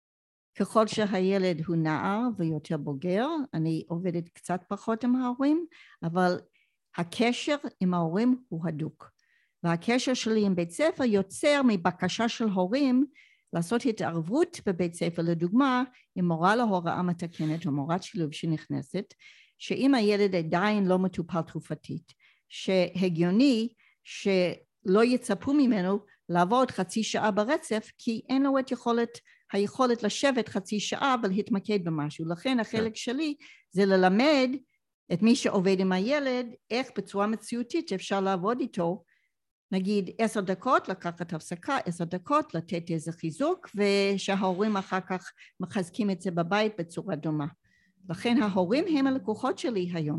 Speaker 3: ככל שהילד הוא נער ויותר בוגר, אני עובדת קצת פחות עם ההורים, אבל הקשר עם ההורים הוא הדוק. והקשר שלי עם בית ספר יוצר מבקשה של הורים לעשות התערבות בבית ספר, לדוגמה, עם מורה להוראה מתקנת או מורת שילוב שנכנסת, שאם הילד עדיין לא מטופל תרופתית, שהגיוני שלא יצפו ממנו לעבוד חצי שעה ברצף, כי אין לו את יכולת, היכולת לשבת חצי שעה ולהתמקד במשהו. לכן החלק שלי זה ללמד את מי שעובד עם הילד, איך בצורה מציאותית אפשר לעבוד איתו, נגיד עשר דקות, לקחת הפסקה, עשר דקות, לתת איזה חיזוק, ושההורים אחר כך מחזקים את זה בבית בצורה דומה. לכן ההורים הם הלקוחות שלי היום,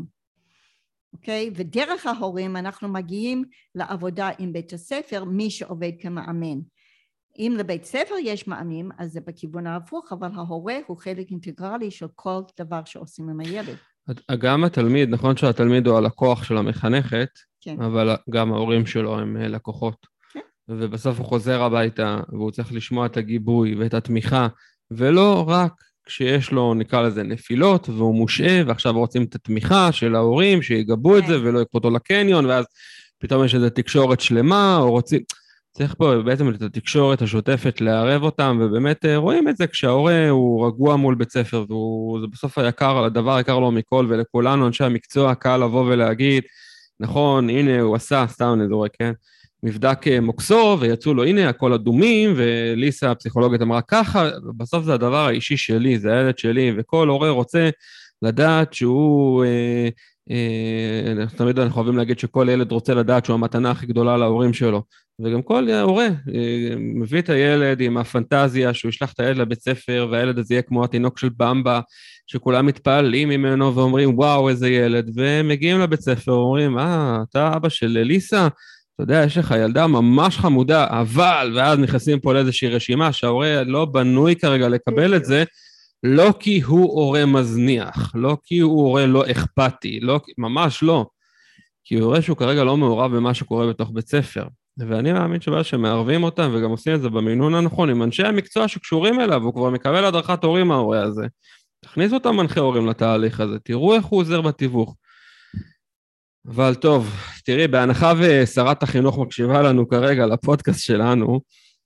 Speaker 3: אוקיי? ודרך ההורים אנחנו מגיעים לעבודה עם בית הספר, מי שעובד כמאמן. אם לבית ספר יש מאמנים, אז זה בכיוון ההפוך, אבל ההורה הוא חלק אינטגרלי של כל דבר שעושים עם הילד.
Speaker 2: גם התלמיד, נכון שהתלמיד הוא הלקוח של המחנכת,
Speaker 3: כן.
Speaker 2: אבל גם ההורים שלו הם לקוחות.
Speaker 3: כן.
Speaker 2: ובסוף הוא חוזר הביתה, והוא צריך לשמוע את הגיבוי ואת התמיכה, ולא רק כשיש לו, נקרא לזה, נפילות, והוא מושעה, ועכשיו רוצים את התמיכה של ההורים, שיגבו את זה, ולא יקחו אותו לקניון, ואז פתאום יש איזו תקשורת שלמה, או רוצים... צריך פה בעצם את התקשורת השוטפת לערב אותם, ובאמת רואים את זה כשההורה הוא רגוע מול בית ספר, וזה בסוף היקר, הדבר יקר לו מכל, ולכולנו אנשי המקצוע קל לבוא ולהגיד, נכון, הנה הוא עשה, סתם נדורי, כן? מבדק מוקסו, ויצאו לו, הנה, הכל אדומים, וליסה, הפסיכולוגית, אמרה ככה, בסוף זה הדבר האישי שלי, זה הילד שלי, וכל הורה רוצה לדעת שהוא, אה, אה, תמיד אנחנו אוהבים להגיד שכל ילד רוצה לדעת שהוא המתנה הכי גדולה להורים שלו, וגם כל הורה אה, מביא את הילד עם הפנטזיה, שהוא ישלח את הילד לבית ספר, והילד הזה יהיה כמו התינוק של במבה, שכולם מתפעלים ממנו ואומרים, וואו, איזה ילד, ומגיעים לבית ספר, ואומרים, אה, אתה אבא של ליסה, אתה יודע, יש לך ילדה ממש חמודה, אבל, ואז נכנסים פה לאיזושהי רשימה, שההורה לא בנוי כרגע לקבל את זה, לא כי הוא הורה מזניח, לא כי הוא הורה לא אכפתי, לא, ממש לא, כי הוא הורה שהוא כרגע לא מעורב במה שקורה בתוך בית ספר, ואני מאמין שבא שמערבים אותם, וגם עושים את זה במינון הנכון, עם אנשי המקצוע שקשורים אליו, הוא כבר מקבל הדרכת הורים ההורה הזה, תכניס אותם מנחי הורים לתהליך הזה, תראו איך הוא עוזר בתיווך, אבל טוב, תראי, בהנחה ושרת החינוך מקשיבה לנו כרגע לפודקאסט שלנו,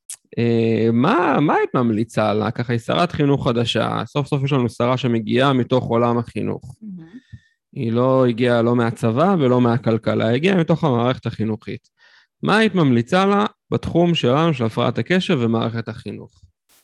Speaker 2: מה, מה היית ממליצה לה? ככה היא שרת חינוך חדשה, סוף סוף יש לנו שרה שמגיעה מתוך עולם החינוך. Mm-hmm. היא לא הגיעה לא מהצבא ולא מהכלכלה, היא הגיעה מתוך המערכת החינוכית. מה היית ממליצה לה בתחום שלנו, של הפרעת הקשב ומערכת החינוך.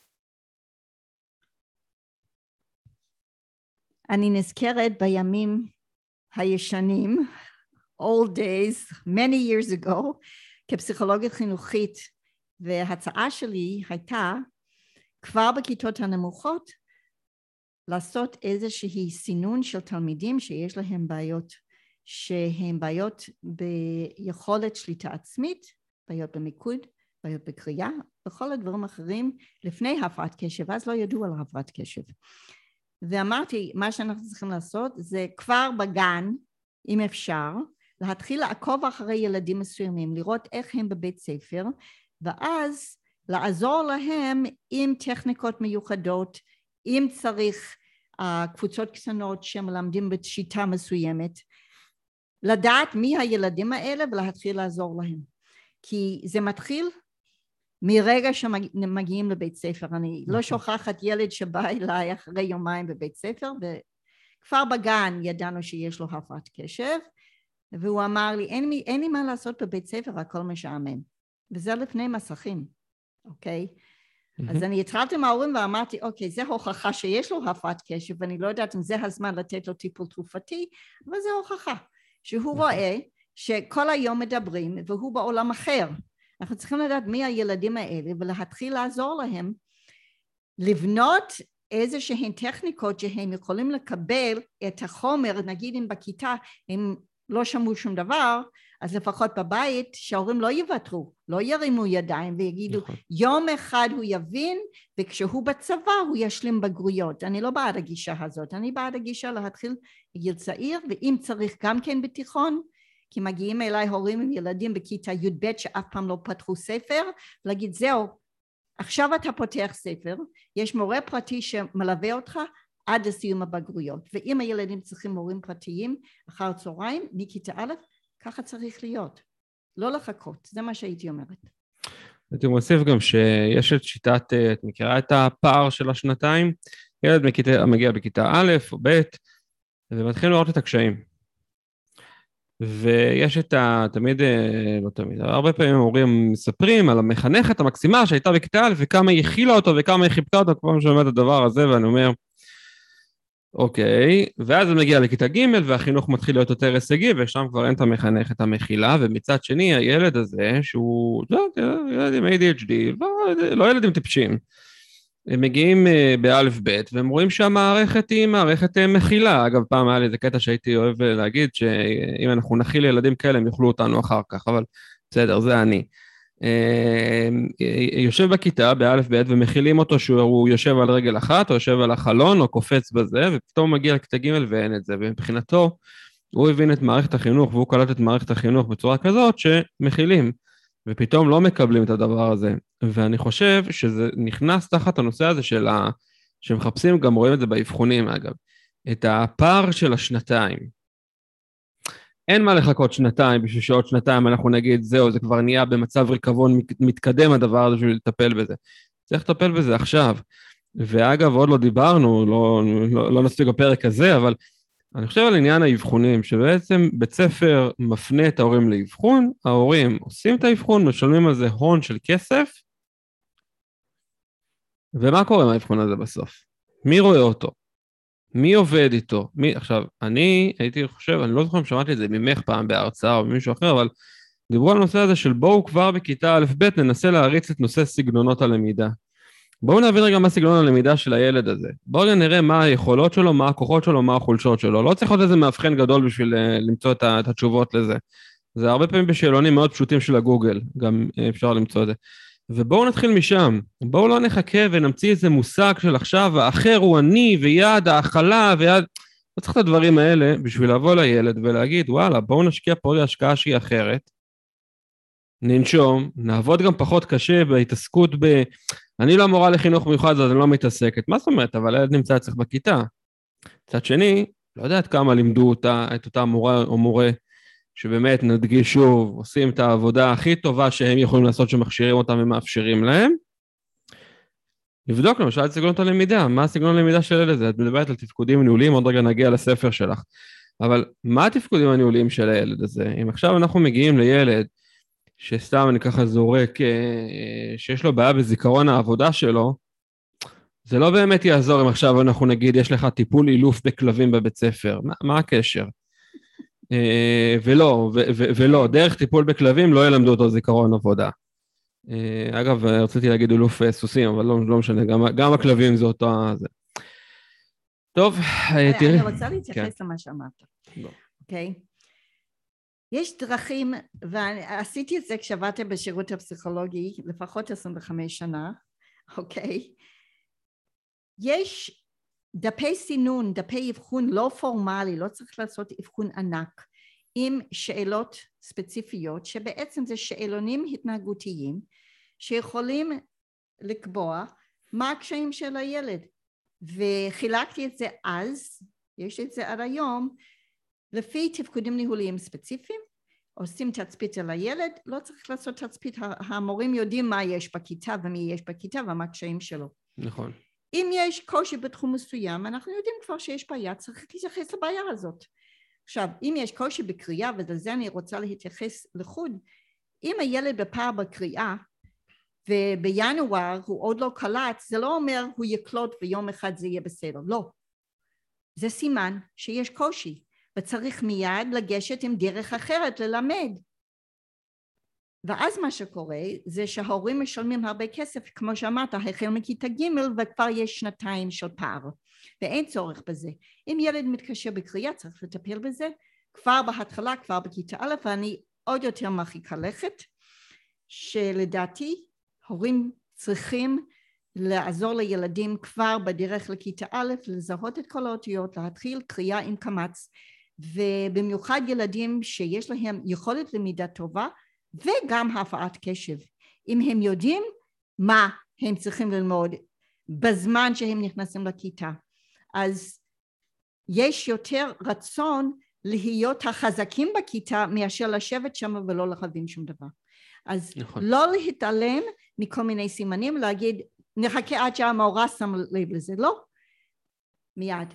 Speaker 3: אני נזכרת בימים הישנים, old days, many years ago, כפסיכולוגית חינוכית, וההצעה שלי הייתה כבר בכיתות הנמוכות, לעשות איזושהי סינון של תלמידים שיש להם בעיות, שהן בעיות ביכולת שליטה עצמית, בעיות במיקוד, בעיות בקריאה, וכל הדברים האחרים לפני הפרעת קשב, אז לא ידעו על הפרעת קשב. ואמרתי, מה שאנחנו צריכים לעשות זה כבר בגן, אם אפשר, להתחיל לעקוב אחרי ילדים מסוימים, לראות איך הם בבית ספר, ואז לעזור להם עם טכניקות מיוחדות, אם צריך קבוצות קטנות שמלמדים בשיטה מסוימת, לדעת מי הילדים האלה ולהתחיל לעזור להם. כי זה מתחיל מרגע שמגיעים לבית ספר. אני לא שוכחת ילד שבא אליי אחרי יומיים בבית ספר, וכבר בגן ידענו שיש לו הפרעת קשב, והוא אמר לי, אין לי, אין לי מה לעשות בבית ספר, הכל משעמם. וזה לפני מסכים, אוקיי? Mm-hmm. אז אני התחלתי מההורים ואמרתי, אוקיי, זה הוכחה שיש לו הפרעת קשב, ואני לא יודעת אם זה הזמן לתת לו טיפול תרופתי, אבל זה הוכחה, שהוא mm-hmm. רואה שכל היום מדברים, והוא בעולם אחר. אנחנו צריכים לדעת מי הילדים האלה, ולהתחיל לעזור להם, לבנות איזה שהן טכניקות שהם יכולים לקבל את החומר, נגיד אם בכיתה הם לא שמעו שום דבר, אז לפחות בבית שההורים לא יוותרו, לא ירימו ידיים ויגידו, נכון. יום אחד הוא יבין, וכשהוא בצבא הוא ישלים בגרויות. אני לא בעד הגישה הזאת, אני בעד הגישה להתחיל בגיל צעיר, ואם צריך גם כן בתיכון, כי מגיעים אליי הורים עם ילדים בכיתה י' ב' שאף פעם לא פתחו ספר, להגיד זהו, עכשיו אתה פותח ספר, יש מורה פרטי שמלווה אותך עד לסיום הבגרויות, ואם הילדים צריכים מורים פרטיים אחר צהריים מכיתה א', ככה צריך להיות, לא לחכות, זה מה שהייתי אומרת.
Speaker 2: הייתי מוסיף גם שיש את שיטת, את מכירה את הפער של השנתיים, ילד מכיתה, מגיע בכיתה א' או ב', ומתחיל לראות את הקשיים. ויש את ה... תמיד, לא תמיד, הרבה פעמים הורים מספרים על המחנכת המקסימה שהייתה בכיתה א' וכמה היא הכילה אותו וכמה היא חיפתה אותו, כבר שאני אומר את הדבר הזה, ואני אומר, אוקיי, ואז זה מגיע לכיתה ג' והחינוך מתחיל להיות יותר הישגי, ושם כבר אין את המחנכת המכילה, ומצד שני הילד הזה, שהוא, לא, ילד עם איי די אייץ' די, לא, לא ילדים טיפשים, הם מגיעים באלף ב' והם רואים שהמערכת היא מערכת מכילה. אגב, פעם היה לי איזה קטע שהייתי אוהב להגיד, שאם אנחנו נכיל ילדים כאלה, הם יאכלו אותנו אחר כך, אבל בסדר, זה אני. יושב בכיתה באלף ב' ומכילים אותו שהוא יושב על רגל אחת, או יושב על החלון, או קופץ בזה, ופתאום מגיע לכיתה ג' ואין את זה, ומבחינתו הוא הבין את מערכת החינוך, והוא קלט את מערכת החינוך בצורה כזאת שמכילים, ופתאום לא מקבלים את הדבר הזה. ואני חושב שזה נכנס תחת הנושא הזה של ה... שמחפשים, גם רואים את זה באבחונים אגב, את הפער של השנתיים. אין מה לחכות שנתיים, בשביל שעוד שנתיים אנחנו נגיד, זהו, זה כבר נהיה במצב ריקבון מתקדם הדבר הזה בשביל לטפל בזה. צריך לטפל בזה עכשיו. ואגב, עוד לא דיברנו, לא, לא, לא נספיק בפרק הזה, אבל אני חושב על עניין האבחונים, שבעצם בית ספר מפנה את ההורים לאבחון, ההורים עושים את האבחון, משלמים על זה הון של כסף, ומה קורה עם האבחון הזה בסוף? מי רואה אותו? מי עובד איתו? מי, עכשיו, אני הייתי חושב, אני לא זוכר אם שמעתי את זה ממך פעם בהרצאה או ממישהו אחר, אבל דיברו על הנושא הזה של בואו כבר בכיתה א' ב' ננסה להריץ את נושא סגנונות הלמידה. בואו נבין רגע מה סגנון הלמידה של הילד הזה. בואו נראה מה היכולות שלו, מה הכוחות שלו, מה החולשות שלו. לא צריך להיות איזה מאבחן גדול בשביל למצוא את, את התשובות לזה. זה הרבה פעמים בשאלונים מאוד פשוטים של הגוגל, גם אפשר למצוא את זה. ובואו נתחיל משם, בואו לא נחכה ונמציא איזה מושג של עכשיו, האחר הוא אני ויד האכלה ויד, לא צריך את הדברים האלה בשביל לבוא לילד ולהגיד, וואלה, בואו נשקיע פה השקעה שהיא אחרת, ננשום, נעבוד גם פחות קשה בהתעסקות ב... אני לא מורה לחינוך מיוחד, אז אני לא מתעסקת, מה זאת אומרת? אבל הילד נמצא אצלך בכיתה. מצד שני, לא יודעת כמה לימדו אותה, את אותה מורה או מורה, שבאמת נדגיש שוב, עושים את העבודה הכי טובה שהם יכולים לעשות, שמכשירים אותם ומאפשרים להם. לבדוק למשל את סגנונות הלמידה, מה הסגנון הלמידה של הילד הזה? את מדברת על תפקודים ניהוליים, עוד רגע נגיע לספר שלך. אבל מה התפקודים הניהוליים של הילד הזה? אם עכשיו אנחנו מגיעים לילד שסתם אני ככה זורק, שיש לו בעיה בזיכרון העבודה שלו, זה לא באמת יעזור אם עכשיו אנחנו נגיד, יש לך טיפול אילוף בכלבים בבית ספר. מה, מה הקשר? ולא, ו- ו- ולא, דרך טיפול בכלבים לא ילמדו אותו זיכרון עבודה. אגב, רציתי להגיד אילוף סוסים, אבל לא, לא משנה, גם, גם הכלבים זה אותו... זה. טוב, תראי.
Speaker 3: אני רוצה להתייחס למה שאמרת. אוקיי? יש דרכים, ועשיתי את זה כשעבדתי בשירות הפסיכולוגי, לפחות עשרים וחמש שנה, אוקיי? יש דפי סינון, דפי אבחון לא פורמלי, לא צריך לעשות אבחון ענק, עם שאלות ספציפיות, שבעצם זה שאלונים התנהגותיים, שיכולים לקבוע מה הקשיים של הילד. וחילקתי את זה אז, יש את זה עד היום, לפי תפקודים ניהוליים ספציפיים, עושים תצפית על הילד, לא צריך לעשות תצפית, המורים יודעים מה יש בכיתה ומי יש בכיתה ומה הקשיים שלו.
Speaker 2: נכון.
Speaker 3: אם יש קושי בתחום מסוים, אנחנו יודעים כבר שיש בעיה, צריך להתייחס לבעיה הזאת. עכשיו, אם יש קושי בקריאה, ולזה אני רוצה להתייחס לחוד, אם הילד בפער בקריאה, ובינואר הוא עוד לא קלט, זה לא אומר הוא יקלוט ויום אחד זה יהיה בסדר, לא. זה סימן שיש קושי, וצריך מיד לגשת עם דרך אחרת ללמד. ואז מה שקורה זה שההורים משלמים הרבה כסף, כמו שאמרת, החל מכיתה ג' וכבר יש שנתיים של פער, ואין צורך בזה. אם ילד מתקשה בקריאה צריך לטפל בזה, כבר בהתחלה, כבר בכיתה א', ואני עוד יותר מרחיקה לכת, שלדעתי הורים צריכים לעזור לילדים כבר בדרך לכיתה א', לזהות את כל האותיות, להתחיל קריאה עם קמץ, ובמיוחד ילדים שיש להם יכולת למידה טובה, וגם הפרעת קשב. אם הם יודעים מה הם צריכים ללמוד בזמן שהם נכנסים לכיתה, אז יש יותר רצון להיות החזקים בכיתה מאשר לשבת שם ולא להבין שום דבר. אז נכון. לא להתעלם מכל מיני סימנים, להגיד נחכה עד שהמורה שם לב לזה, לא, מיד.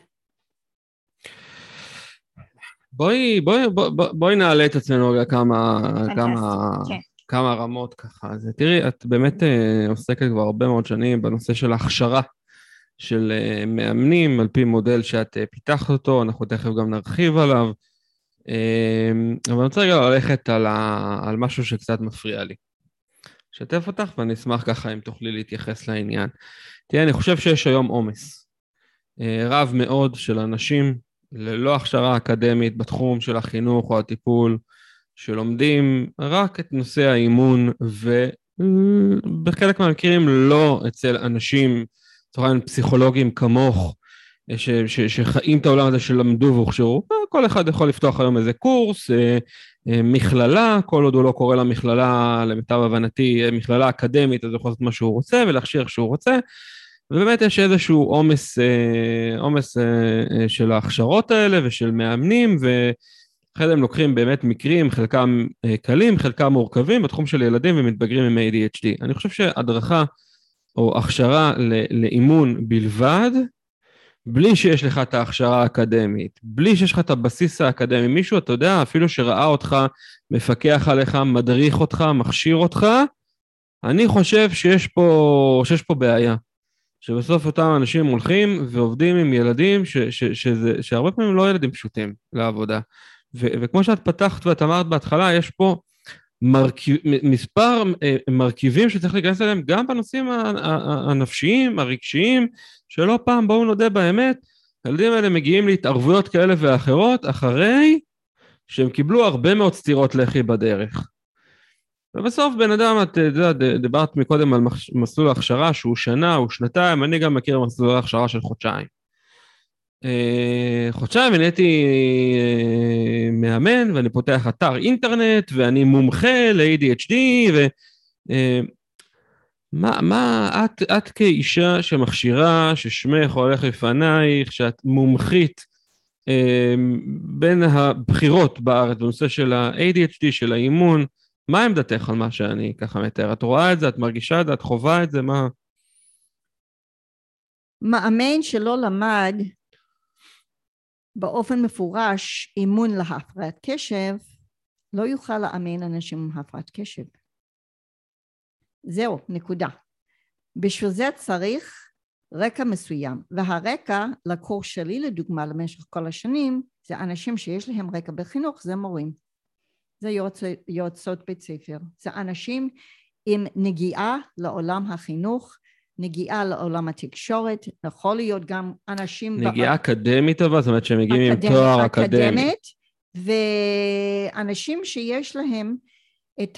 Speaker 2: בואי, בואי, בואי, בואי נעלה את עצמנו רגע כמה, כמה,
Speaker 3: כן.
Speaker 2: כמה רמות ככה. אז תראי, את באמת עוסקת כבר הרבה מאוד שנים בנושא של ההכשרה של מאמנים, על פי מודל שאת פיתחת אותו, אנחנו תכף גם נרחיב עליו. אבל אני רוצה רגע ללכת על, ה, על משהו שקצת מפריע לי. שתף אותך ואני אשמח ככה אם תוכלי להתייחס לעניין. תראה, אני חושב שיש היום עומס רב מאוד של אנשים ללא הכשרה אקדמית בתחום של החינוך או הטיפול, שלומדים רק את נושא האימון, ובחלק מהמקרים לא אצל אנשים, צורן פסיכולוגים כמוך, ש, ש, שחיים את העולם הזה שלמדו והוכשרו. כל אחד יכול לפתוח היום איזה קורס, מכללה, כל עוד הוא לא קורא למכללה, למיטב הבנתי, מכללה אקדמית, אז הוא יכול לעשות מה שהוא רוצה ולהכשיר שהוא רוצה, ובאמת יש איזשהו עומס, עומס של ההכשרות האלה ושל מאמנים, ואחרי הם לוקחים באמת מקרים, חלקם קלים, חלקם מורכבים, בתחום של ילדים ומתבגרים עם איי די אייץ' די. אני חושב שהדרכה או הכשרה לאימון בלבד, בלי שיש לך את ההכשרה האקדמית, בלי שיש לך את הבסיס האקדמי, מישהו, אתה יודע, אפילו שראה אותך, מפקח עליך, מדריך אותך, מכשיר אותך, אני חושב שיש פה, שיש פה בעיה. שבסוף אותם אנשים הולכים ועובדים עם ילדים, ש, ש, שזה, שהרבה פעמים לא ילדים פשוטים לעבודה. ו, וכמו שאת פתחת ואת אמרת בהתחלה, יש פה מרכיב, מספר מרכיבים שצריך להיכנס אליהם, גם בנושאים הנפשיים, הרגשיים, שלא פעם, בואו נודה באמת, הילדים האלה מגיעים להתערבויות כאלה ואחרות, אחרי שהם קיבלו הרבה מאוד סתירות לחי בדרך. ובסוף בן אדם, את יודעת, דיברת מקודם על מסלול ההכשרה שהוא שנה או שנתיים, אני גם מכיר מסלול ההכשרה של חודשיים. חודשיים אני הייתי מאמן ואני פותח אתר אינטרנט ואני מומחה ל-איי די אייץ' די ומה, מה את, את כאישה שמכשירה, ששמך הולך לפנייך, שאת מומחית בין הבחירות בארץ בנושא של ה-איי די אייץ' די, של האימון, מה עמדתך על מה שאני ככה מתאר? את רואה את זה, את מרגישה את זה, את חובה את זה, מה?
Speaker 3: מאמן שלא למד באופן מפורש אימון להפרעת קשב, לא יוכל לאמן אנשים עם הפרעת קשב. זהו, נקודה. בשביל זה צריך רקע מסוים, והרקע לקורס שלי לדוגמה למשך כל השנים, זה אנשים שיש להם רקע בחינוך, זה מורים. זה יועצ... יועצות בית ספר, זה אנשים עם נגיעה לעולם החינוך, נגיעה לעולם התקשורת, יכול להיות גם אנשים...
Speaker 2: נגיעה בא... אקדמית אבל, זאת אומרת שהם מגיעים אקדמי, עם תואר אקדמי. אקדמית,
Speaker 3: ואנשים שיש להם את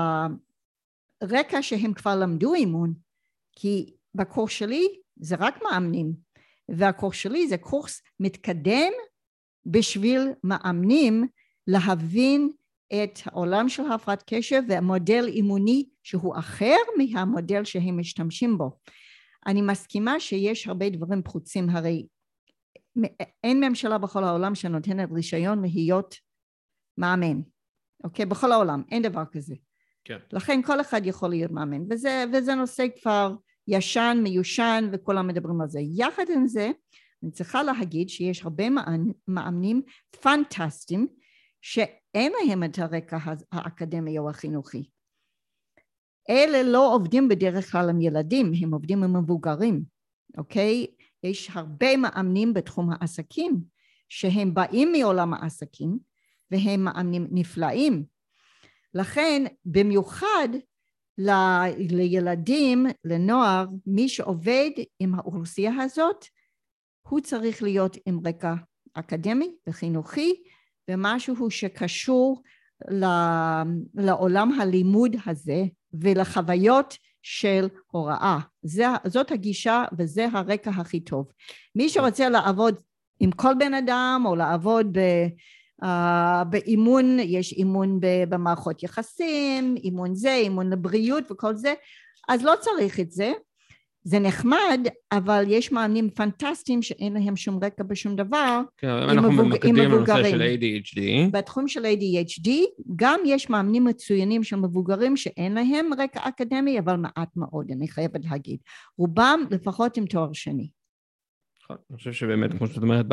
Speaker 3: הרקע שהם כבר למדו אימון, כי בקורס שלי זה רק מאמנים, והקורס שלי זה קורס מתקדם בשביל מאמנים להבין את העולם של הפרעת קשב והמודל אימוני שהוא אחר מהמודל שהם משתמשים בו. אני מסכימה שיש הרבה דברים פחוצים, הרי אין ממשלה בכל העולם שנותנת רישיון להיות מאמן, אוקיי? בכל העולם, אין דבר כזה.
Speaker 2: כן.
Speaker 3: לכן כל אחד יכול להיות מאמן, וזה, וזה נושא כבר ישן, מיושן, וכולם מדברים על זה. יחד עם זה, אני צריכה להגיד שיש הרבה מאמנים פנטסטיים, שאין להם את הרקע האקדמי או החינוכי. אלה לא עובדים בדרך כלל עם ילדים, הם עובדים עם מבוגרים, אוקיי? יש הרבה מאמנים בתחום העסקים, שהם באים מעולם העסקים, והם מאמנים נפלאים. לכן, במיוחד ל- לילדים, לנוער, מי שעובד עם האוכלוסייה הזאת, הוא צריך להיות עם רקע אקדמי וחינוכי, ומשהו שקשור לעולם הלימוד הזה, ולחוויות של הוראה. זה, זאת הגישה וזה הרקע הכי טוב. מי שרוצה לעבוד עם כל בן אדם, או לעבוד ב, uh, באימון, יש אימון במערכות יחסים, אימון זה, אימון לבריאות וכל זה, אז לא צריך את זה. זה נחמד, אבל יש מאמנים פנטסטיים שאין להם שום רקע בשום דבר.
Speaker 2: כן, אנחנו ממקדים לנושא של איי די אייץ' די.
Speaker 3: בתחום של איי די אייץ' די, גם יש מאמנים מצוינים של מבוגרים שאין להם רקע אקדמי, אבל מעט מאוד, אני חייבת להגיד. רובם לפחות עם תואר שני.
Speaker 2: אני חושב שבאמת, כמו שאת אומרת,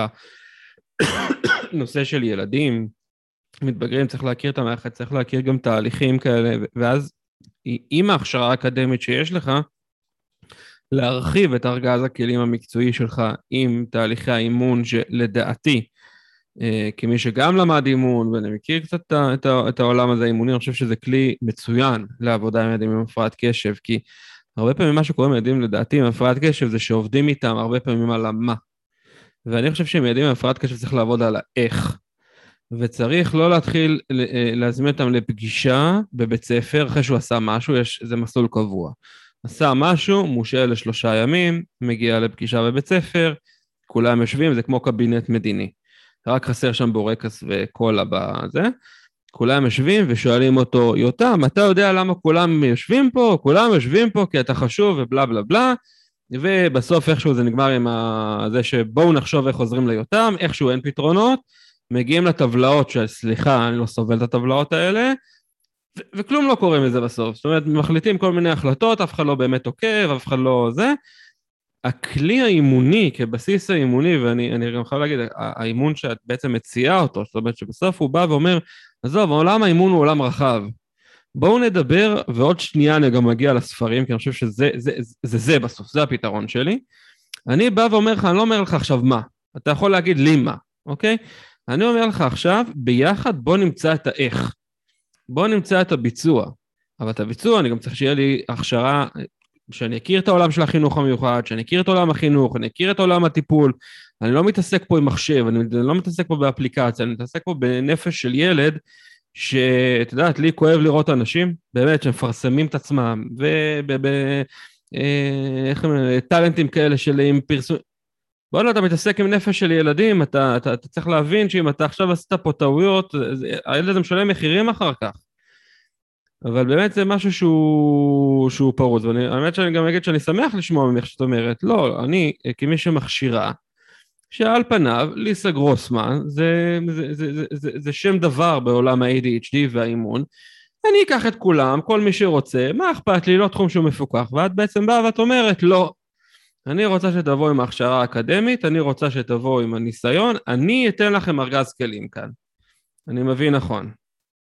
Speaker 2: בנושא של ילדים, מתבגרים, צריך להכיר את המערכת, צריך להכיר גם תהליכים כאלה, ואז עם ההכשרה האקדמית שיש לך, להרחיב את ארגז הכלים המקצועי שלך עם תהליכי האימון שלדעתי, כמי שגם למד אימון ואני מכיר קצת את, את העולם הזה האימוני, אני חושב שזה כלי מצוין לעבודה עם ילדים עם הפרעת קשב, כי הרבה פעמים מה שקורה עם ילדים לדעתי עם הפרעת קשב זה שעובדים איתם הרבה פעמים על המה, ואני חושב שעם ילדים עם הפרעת קשב צריך לעבוד על האיך, וצריך לא להתחיל להזמין אותם לפגישה בבית ספר, אחרי שהוא עשה משהו, יש, זה מסלול קבוע. עשה משהו, מושאל לשלושה ימים, מגיע לפגישה בבית ספר, כולם יושבים, זה כמו קבינט מדיני. רק חסר שם בורקס וקולה בזה. כולם יושבים ושואלים אותו, יותם, אתה יודע למה כולם יושבים פה? כולם יושבים פה כי אתה חשוב ובלה בלה בלה, ובסוף איכשהו זה נגמר עם זה שבואו נחשוב איך עוזרים ליותם, איכשהו אין פתרונות, מגיעים לטבלאות של, סליחה, אני לא סובל את הטבלאות האלה, ו- וכלום לא קורה מזה בסוף, זאת אומרת, מחליטים כל מיני החלטות, אף אחד לא באמת עוקב, אף אחד לא זה, הכלי האימוני, כבסיס האימוני, ואני אני גם חייב להגיד, האימון שאת בעצם מציעה אותו, זאת אומרת שבסוף הוא בא ואומר, עזוב, העולם האימון הוא עולם רחב, בואו נדבר, ועוד שנייה אני גם מגיע לספרים, כי אני חושב שזה זה, זה, זה, זה בסוף, זה הפתרון שלי, אני בא ואומר לך, אני לא אומר לך עכשיו מה, אתה יכול להגיד לי מה, אוקיי? אני אומר לך עכשיו, ביחד בוא נמצא את האיך, בוא נמצא את הביצוע, אבל את הביצוע אני גם צריך שיהיה לי הכשרה, שאני אכיר את העולם של החינוך המיוחד, שאני אכיר את עולם החינוך, אני אכיר את עולם הטיפול, אני לא מתעסק פה עם מחשב, אני לא מתעסק פה באפליקציה, אני מתעסק פה בנפש של ילד, שאת יודעת, לי כואב לראות אנשים, באמת, שמפרסמים את עצמם, וטלנטים כאלה של עם פרסום, בוא לא, אתה מתעסק עם נפש של ילדים, אתה, אתה, אתה צריך להבין שאם אתה עכשיו עשית פה טעויות, הילד הזה משלם מחירים אחר כך. אבל באמת זה משהו שהוא, שהוא פרוץ, ואני האמת שאני גם אגיד שאני שמח לשמוע ממך שאת אומרת, לא, אני כמי שמכשירה, שעל פניו, ליסה גרוסמן, זה, זה, זה, זה, זה, זה שם דבר בעולם ה-איי די אייץ' די והאימון, אני אקח את כולם, כל מי שרוצה, מה אכפת לי, לא תחום שהוא מפוקח, ואת בעצם באה ואת אומרת, לא, אני רוצה שתבוא עם ההכשרה האקדמית, אני רוצה שתבוא עם הניסיון, אני אתן לכם ארגז כלים כאן. אני מבין נכון.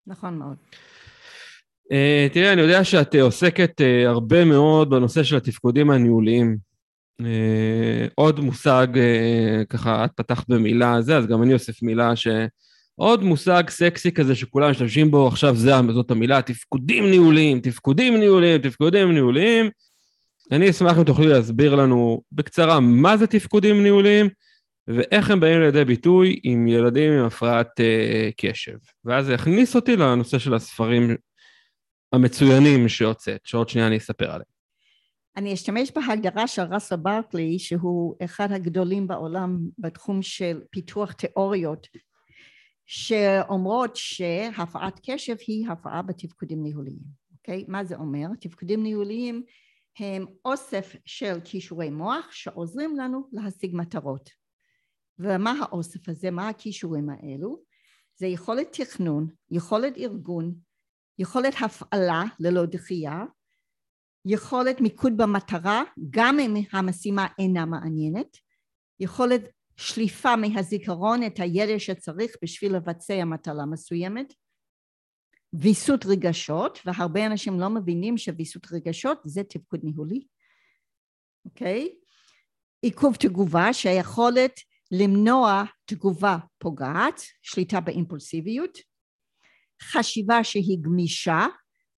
Speaker 3: נכון מאוד.
Speaker 2: Uh, תראה, אני יודע שאת עוסקת uh, הרבה מאוד בנושא של התפקודים הניהוליים. Uh, עוד מושג, uh, ככה את פתחת במילה הזה, אז גם אני אוסף מילה ש... עוד מושג סקסי כזה שכולם משתמשים בו, עכשיו זה, זאת המילה, תפקודים ניהוליים, תפקודים ניהוליים, תפקודים ניהוליים. אני אשמח אם תוכלי להסביר לנו בקצרה מה זה תפקודים ניהוליים, ואיך הם באים לידי ביטוי עם ילדים עם הפרעת uh, קשב. ואז זה הכניס אותי לנושא של הספרים המצוינים שהוצאת, שעוד שנייה אני אספר עליהם.
Speaker 3: אני אשתמש בהגדרה של ראסל ברקלי, שהוא אחד הגדולים בעולם בתחום של פיתוח תיאוריות, שאומרות שהפרעת קשב היא הפרעה בתפקודים ניהוליים. אוקיי? מה זה אומר? תפקודים ניהוליים הם אוסף של כישורי מוח שעוזרים לנו להשיג מטרות. ומה האוסף הזה? מה הכישורים האלו? זה יכולת תכנון, יכולת ארגון, יכולת הפעלה ללא דחייה, יכולת מיקוד במטרה, גם אם המשימה אינה מעניינת, יכולת שליפה מהזיכרון את הידע שצריך בשביל לבצע מטלה מסוימת, ויסות רגשות, והרבה אנשים לא מבינים שוויסות רגשות זה תפקוד ניהולי, אוקיי? עיכוב תגובה, שהיכולת למנוע תגובה פוגעת, שליטה באימפולסיביות, חשיבה שהיא גמישה,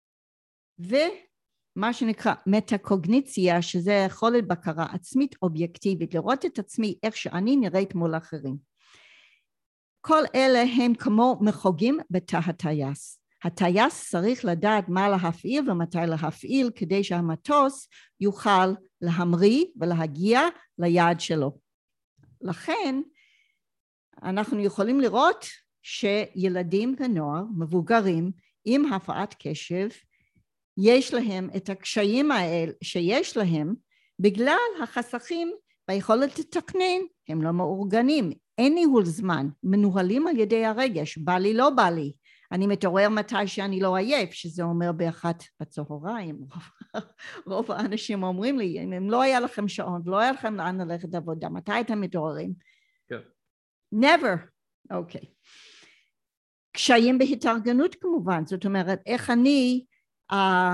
Speaker 3: ומה שנקרא מטה-קוגניציה, שזה יכולת בקרה עצמית אובייקטיבית, לראות את עצמי איך שאני נראית מול אחרים. כל אלה הם כמו מחוגים בתא הטייס. הטייס צריך לדעת מה להפעיל ומתי להפעיל, כדי שהמטוס יוכל להמריא ולהגיע ליעד שלו. לכן אנחנו יכולים לראות שילדים ונוער, מבוגרים עם הפרעת קשב, יש להם את הקשיים האלה שיש להם, בגלל החסכים ביכולת לתקנן, הם לא מאורגנים, אין ניהול זמן, מנוהלים על ידי הרגש, בא לי לא בא לי, אני מתעורר מתי שאני לא עייף, שזה אומר באחת בצהריים, רוב האנשים אומרים לי, אם לא היה לכם שעון, לא היה לכם לאן ללכת עבודה, מתי אתם מתעוררים? כן. never, אוקיי. קשיים בהתארגנות כמובן, זאת אומרת, איך אני, uh,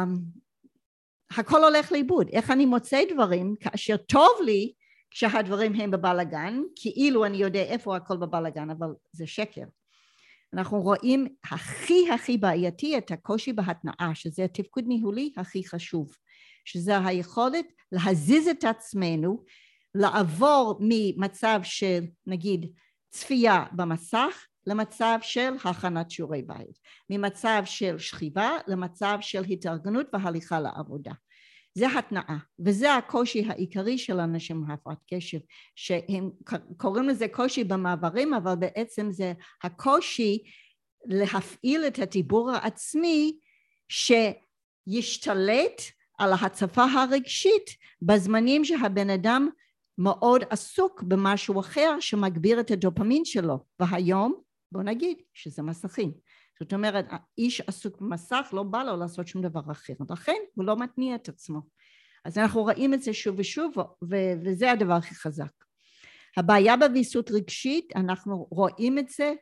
Speaker 3: הכל הולך לאיבוד, איך אני מוצא דברים, כאשר טוב לי, כשהדברים הם בבלגן, כאילו אני יודע איפה הכל בבלגן, אבל זה שקר. אנחנו רואים הכי הכי בעייתי את הקושי בהתנאה, שזה התפקוד ניהולי הכי חשוב, שזה היכולת להזיז את עצמנו, לעבור ממצב של נגיד צפייה במסך, למצב של הכנת שיעורי בית, ממצב של שכיבה למצב של התארגנות והליכה לעבודה. זה התנאה, וזה הקושי העיקרי של אנשים עם הפרעת קשב, שהם קוראים לזה קושי במעברים, אבל בעצם זה הקושי להפעיל את הדיבור העצמי שישתלט על ההצפה הרגשית בזמנים שהבן אדם מאוד עסוק במשהו אחר שמגביר את הדופמין שלו, והיום בוא נגיד שזה מסכים. זאת אומרת, האיש עסוק במסך, לא בא לו לעשות שום דבר אחר, לכן הוא לא מתניע את עצמו. אז אנחנו רואים את זה שוב ושוב, ו- וזה הדבר הכי חזק. הבעיה בוויסות רגשית, אנחנו רואים את זה,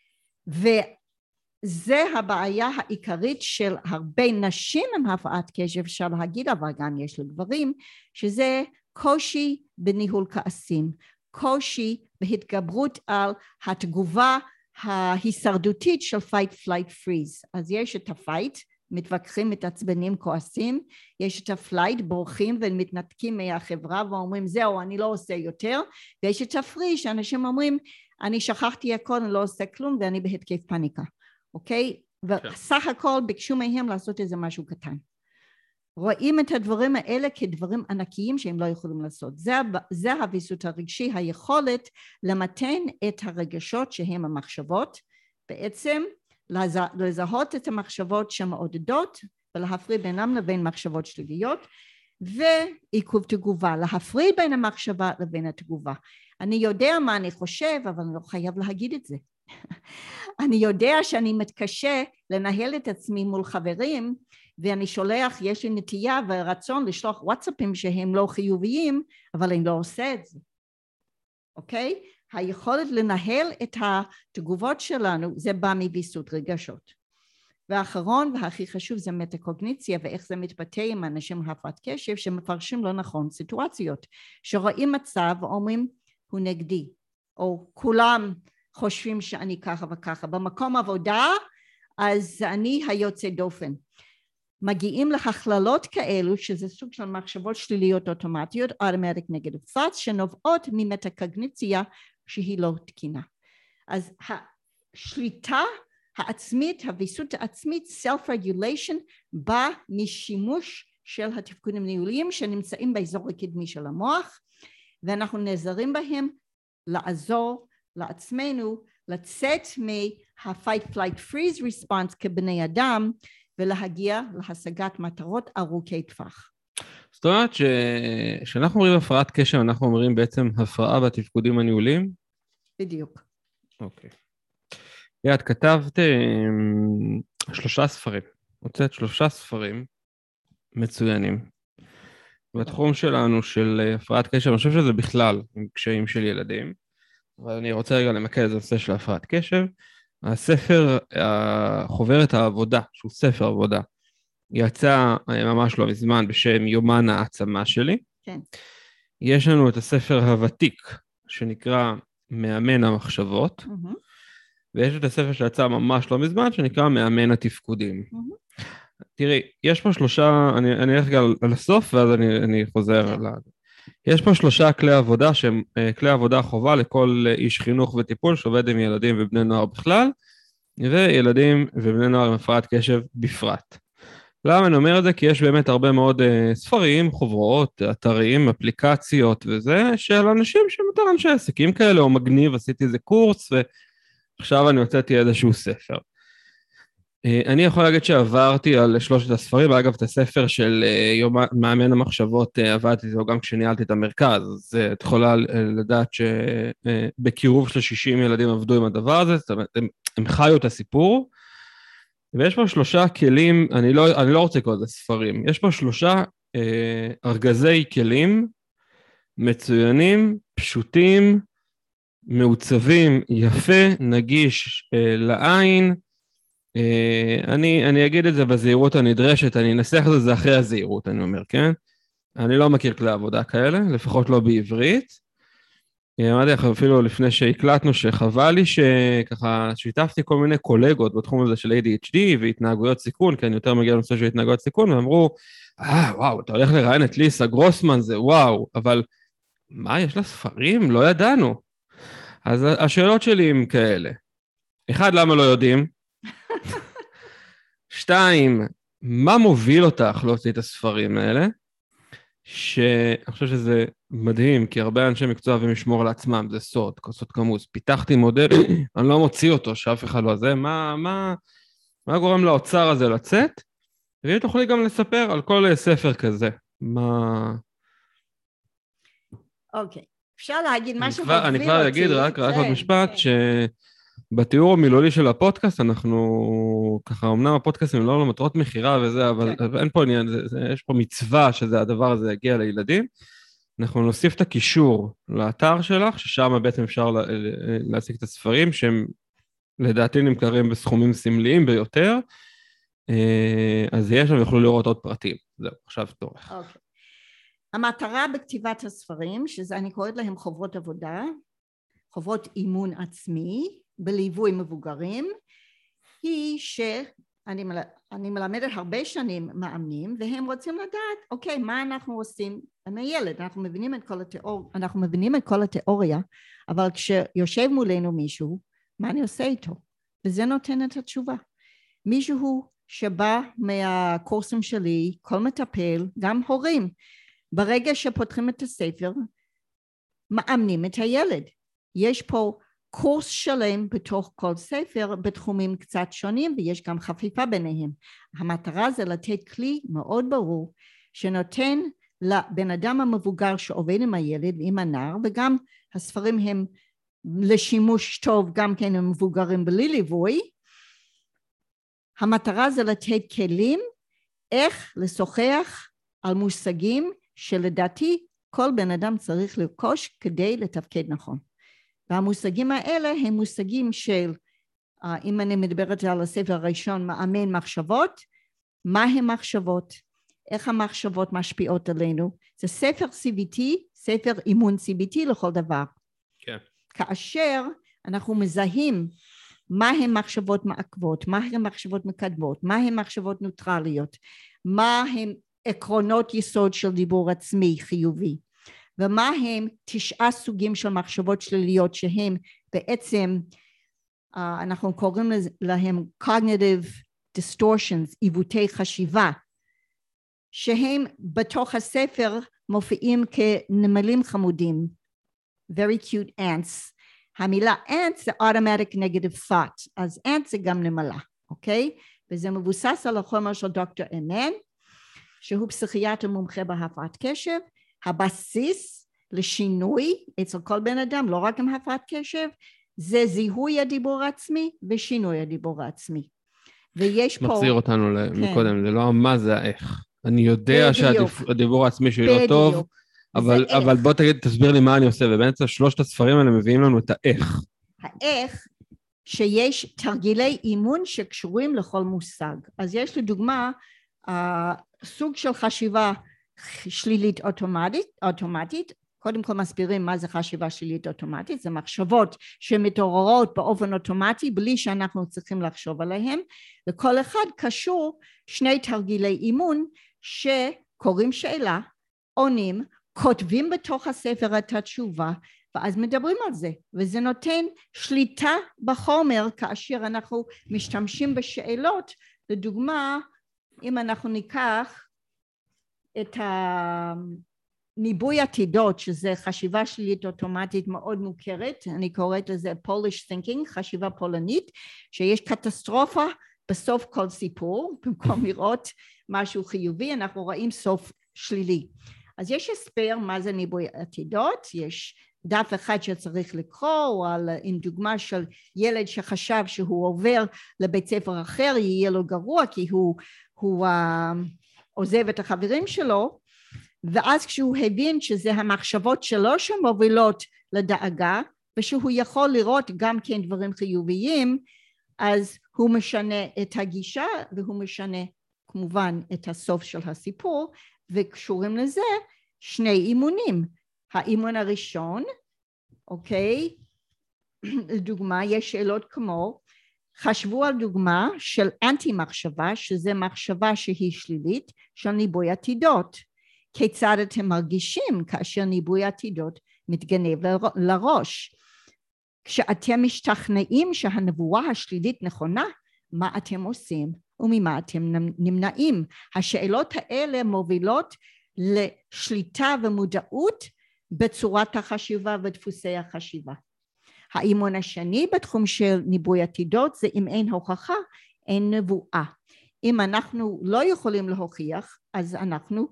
Speaker 3: וזה הבעיה העיקרית של הרבה נשים עם הפרעת קשב, אפשר להגיד, אבל גם יש לגברים, שזה קושי בניהול כעסים, קושי בהתגברות על התגובה ההישרדותית של fight, flight, freeze. אז יש את ה-fight, מתווכחים, מתעצבנים, כועסים, יש את ה-flight, בורחים ומתנתקים מהחברה ואומרים זהו, אני לא עושה יותר, ויש את ה-free, שאנשים אומרים, אני שכחתי הכל, אני לא עושה כלום ואני בהתקף פאניקה, אוקיי? וסך הכל ביקשו מהם לעשות איזה משהו קטן. רואים את הדברים האלה כדברים ענקיים שהם לא יכולים לעשות. זה, זה הוויסות הרגשי, היכולת למתן את הרגשות שהם המחשבות, בעצם לזה, לזהות את המחשבות שמעודדות ולהפריד בינם לבין מחשבות שליליות, ועיכוב תגובה, להפריד בין המחשבה לבין התגובה. אני יודע מה אני חושב, אבל אני לא חייב להגיד את זה. אני יודע שאני מתקשה לנהל את עצמי מול חברים, ואני שולח, יש לי נטייה ורצון לשלוח וואטסאפים שהם לא חיוביים, אבל אני לא עושה את זה. אוקיי? היכולת לנהל את התגובות שלנו, זה בא מוויסות רגשות. והאחרון והכי חשוב זה מטה-קוגניציה ואיך זה מתבטא עם אנשים עם הפרעת קשב שמפרשים לא נכון סיטואציות, שרואים מצב ואומרים הוא נגדי, או כולם חושבים שאני ככה וככה, במקום עבודה אז אני היוצא דופן. מגיעים להכללות כאלו שזה סוג של מחשבות שליליות אוטומטיות, automatic negative thoughts, שנובעות ממטה-קוגניציה שהיא לא תקינה. אז השליטה העצמית, הוויסות העצמית, self-regulation, בא משימוש של התפקודים ניהוליים שנמצאים באזור הקדמי של המוח, ואנחנו נעזרים בהם לעזור לעצמנו, לצאת מה-fight, flight, freeze response כבני אדם, ולהגיע להשגת מטרות ארוכי טווח.
Speaker 2: זאת אומרת שאנחנו אומרים הפרעת קשב, אנחנו אומרים בעצם הפרעה בתפקודים הניהוליים?
Speaker 3: בדיוק.
Speaker 2: אוקיי. את כתבת שלושה ספרים, הוצאת שלושה ספרים מצוינים. בתחום שלנו של הפרעת קשב, אני חושב שזה בכלל עם קשיים של ילדים, אבל אני רוצה רגע למקד את הנושא של הפרעת קשב. הספר, חוברת העבודה, שהוא ספר עבודה, יצא ממש לא מזמן בשם יומן העצמה שלי.
Speaker 3: כן.
Speaker 2: יש לנו את הספר הוותיק, שנקרא מאמן המחשבות,
Speaker 3: Mm-hmm.
Speaker 2: ויש את הספר שיצא ממש לא מזמן, שנקרא מאמן התפקודים.
Speaker 3: Mm-hmm.
Speaker 2: תראי, יש פה שלושה, אני, אני אלך גם לסוף, ואז אני, אני חוזר על... יש פה שלושה כלי עבודה, שהם כלי עבודה חובה לכל איש חינוך וטיפול, שעובד עם ילדים ובני נוער בכלל, וילדים ובני נוער עם הפרעת קשב בפרט. למה אני אומר את זה? כי יש באמת הרבה מאוד ספרים, חוברות, אתרים, אפליקציות וזה, של אנשים שהם יותר אנשי עסקים כאלה, או מגניב, עשיתי איזה קורס, ועכשיו אני הוצאתי איזשהו ספר. אני יכול להגיד שעברתי על שלושת הספרים, אגב את הספר של יום מאמן המחשבות עבדתי איתו גם כשניהלתי את המרכז, אז את יכולה לדעת שבקירוב של שישים ילדים עבדו עם הדבר הזה, זאת אומרת, הם, הם חיו את הסיפור, ויש פה שלושה כלים, אני לא, אני לא רוצה לקרוא לזה ספרים, יש פה שלושה אה, ארגזי כלים מצוינים, פשוטים, מעוצבים, יפה, נגיש אה, לעין, אני, אני אגיד את זה בזהירות הנדרשת, אני אנסח את זה אחרי הזהירות, אני אומר, כן? אני לא מכיר כלי עבודה כאלה, לפחות לא בעברית. אמרתי לך אפילו לפני שהקלטנו שחבל לי שככה שיתפתי כל מיני קולגות בתחום הזה של איי די אייץ' די והתנהגויות סיכון, כי אני יותר מגיע לנושא של התנהגויות סיכון, ואמרו, אה, וואו, אתה הולך לראיין את ליסה גרוסמן, זה וואו, אבל מה, יש לה ספרים? לא ידענו. אז השאלות שלי הם כאלה. אחד, למה לא יודעים? שתיים, מה מוביל אותך להוציא את הספרים האלה? שאני חושב שזה מדהים, כי הרבה אנשי מקצוע אוהבים לשמור על עצמם, זה סוד, סוד כמוס. פיתחתי מודל, אני לא מוציא אותו, שאף אחד לא זה, מה, מה, מה גורם לאוצר הזה לצאת? ואם תוכלי גם לספר על כל ספר כזה, מה...
Speaker 3: אוקיי, אפשר להגיד משהו
Speaker 2: מוביל אותי. אני כבר אגיד רק, רק עוד משפט, ש... בתיאור המילולי של הפודקאסט, אנחנו, ככה, אמנם הפודקאסטים לא למטרות מחירה וזה, אבל okay. אין פה עניין, זה, זה, יש פה מצווה שזה הדבר הזה יגיע לילדים. אנחנו נוסיף את הקישור לאתר שלך, ששם בעצם אפשר לה, להשיג את הספרים, שהם לדעתי נמכרים בסכומים סמליים ביותר, אז יש שם יוכלו לראות עוד פרטים. זהו, עכשיו תורך.
Speaker 3: אוקיי. Okay. המטרה בכתיבת הספרים, שזה אני קוראת להם חוברות עבודה, חוברות אימון עצמי, בליווי מבוגרים, היא שאני מל... אני מלמדת הרבה שנים מאמנים, והם רוצים לדעת, אוקיי, מה אנחנו עושים עם הילד? אנחנו מבינים את כל התיאור... אנחנו מבינים את כל התיאוריה, אבל כשיושב מולנו מישהו, מה אני עושה איתו? וזה נותן את התשובה. מישהו שבא מהקורסים שלי, כל מטפל, גם הורים, ברגע שפותחים את הספר, מאמנים את הילד. יש פה קורס שלם בתוך כל ספר בתחומים קצת שונים, ויש גם חפיפה ביניהם. המטרה זה לתת כלי מאוד ברור שנותן לבן אדם המבוגר שעובד עם הילד ועם הנער, וגם הספרים הם לשימוש טוב גם כן עם מבוגרים בלי ליווי. המטרה זה לתת כלים איך לשוחח על מושגים שלדעתי כל בן אדם צריך לרכוש כדי לתפקד נכון. והמושגים האלה הם מושגים של אם אני מדברת על הספר הראשון, מאמן מחשבות, מה הם מחשבות? איך המחשבות משפיעות עלינו? זה ספר סי בי טי, ספר אימון סי בי טי לכל דבר.
Speaker 2: כן.
Speaker 3: כאשר אנחנו מזהים מה הם מחשבות מעכבות, מה הם מחשבות מקדמות, מה הם מחשבות נוטרליות, מה הם עקרונות יסוד של דיבור עצמי חיובי, ומה הם תשעה סוגים של מחשבות שליליות שהם בעצם, אנחנו קוראים להם cognitive distortions, עיוותי חשיבה, שהם בתוך הספר מופיעים כנמלים חמודים, very cute ants. המילה ant זה automatic negative thought, אז ant זה גם נמלה, אוקיי? וזה מבוסס על החומר של דוקטור אמן, שהוא פסיכיאטר מומחה בהפרעת קשב. הבסיס לשינוי אצל כל בן אדם, לא רק עם הפרעת קשב, זה זיהוי הדיבור העצמי ושינוי הדיבור העצמי. ויש פה...
Speaker 2: מחזיר אותנו מקודם, זה לא מה זה האיך. אני יודע שהדיבור העצמי שלי לא טוב, אבל, אבל בוא תגיד, תסביר לי מה אני עושה, ובאמצע שלושת הספרים האלה מביאים לנו את האיך.
Speaker 3: האיך שיש תרגילי אימון שקשורים לכל מושג. אז יש לדוגמה, סוג של חשיבה שלילית אוטומטית, אוטומטית, קודם כל מסבירים מה זה חשיבה שלילית אוטומטית, זה מחשבות שמתעוררות באופן אוטומטי בלי שאנחנו צריכים לחשוב עליהם, וכל אחד קשור שני תרגילי אימון שקוראים שאלה, עונים, כותבים בתוך הספר את התשובה, ואז מדברים על זה, וזה נותן שליטה בחומר כאשר אנחנו משתמשים בשאלות. לדוגמה, אם אנחנו ניקח את הניבוי עתידות, שזה חשיבה שלילית אוטומטית מאוד מוכרת, אני קוראת לזה Polish thinking, חשיבה פולנית, שיש קטסטרופה בסוף כל סיפור, במקום לראות משהו חיובי, אנחנו רואים סוף שלילי. אז יש הסבר מה זה ניבוי עתידות, יש דף אחד שצריך לקרוא, על, עם דוגמה של ילד שחשב שהוא עובר לבית ספר אחר, יהיה לו גרוע כי הוא, הוא uh, עוזב את החברים שלו, ואז כשהוא הבין שזה המחשבות שלו שמובילות לדאגה, ושהוא יכול לראות גם כן דברים חיוביים, אז הוא משנה את הגישה, והוא משנה כמובן את הסוף של הסיפור, וקשורים לזה שני אימונים. האימון הראשון, אוקיי, לדוגמה, יש שאלות כמו, חשבו על דוגמה של אנטי מחשבה, שזה מחשבה שהיא שלילית, של ניבוי עתידות. כיצד אתם מרגישים כאשר ניבוי עתידות מתגנב לראש? כשאתם משתכנעים שהנבואה השלילית נכונה, מה אתם עושים וממה אתם נמנעים? השאלות האלה מובילות לשליטה ומודעות בצורת החשיבה ודפוסי החשיבה. האימון השני בתחום של ניבוי עתידות זה אם אין הוכחה, אין נבואה. אם אנחנו לא יכולים להוכיח, אז אנחנו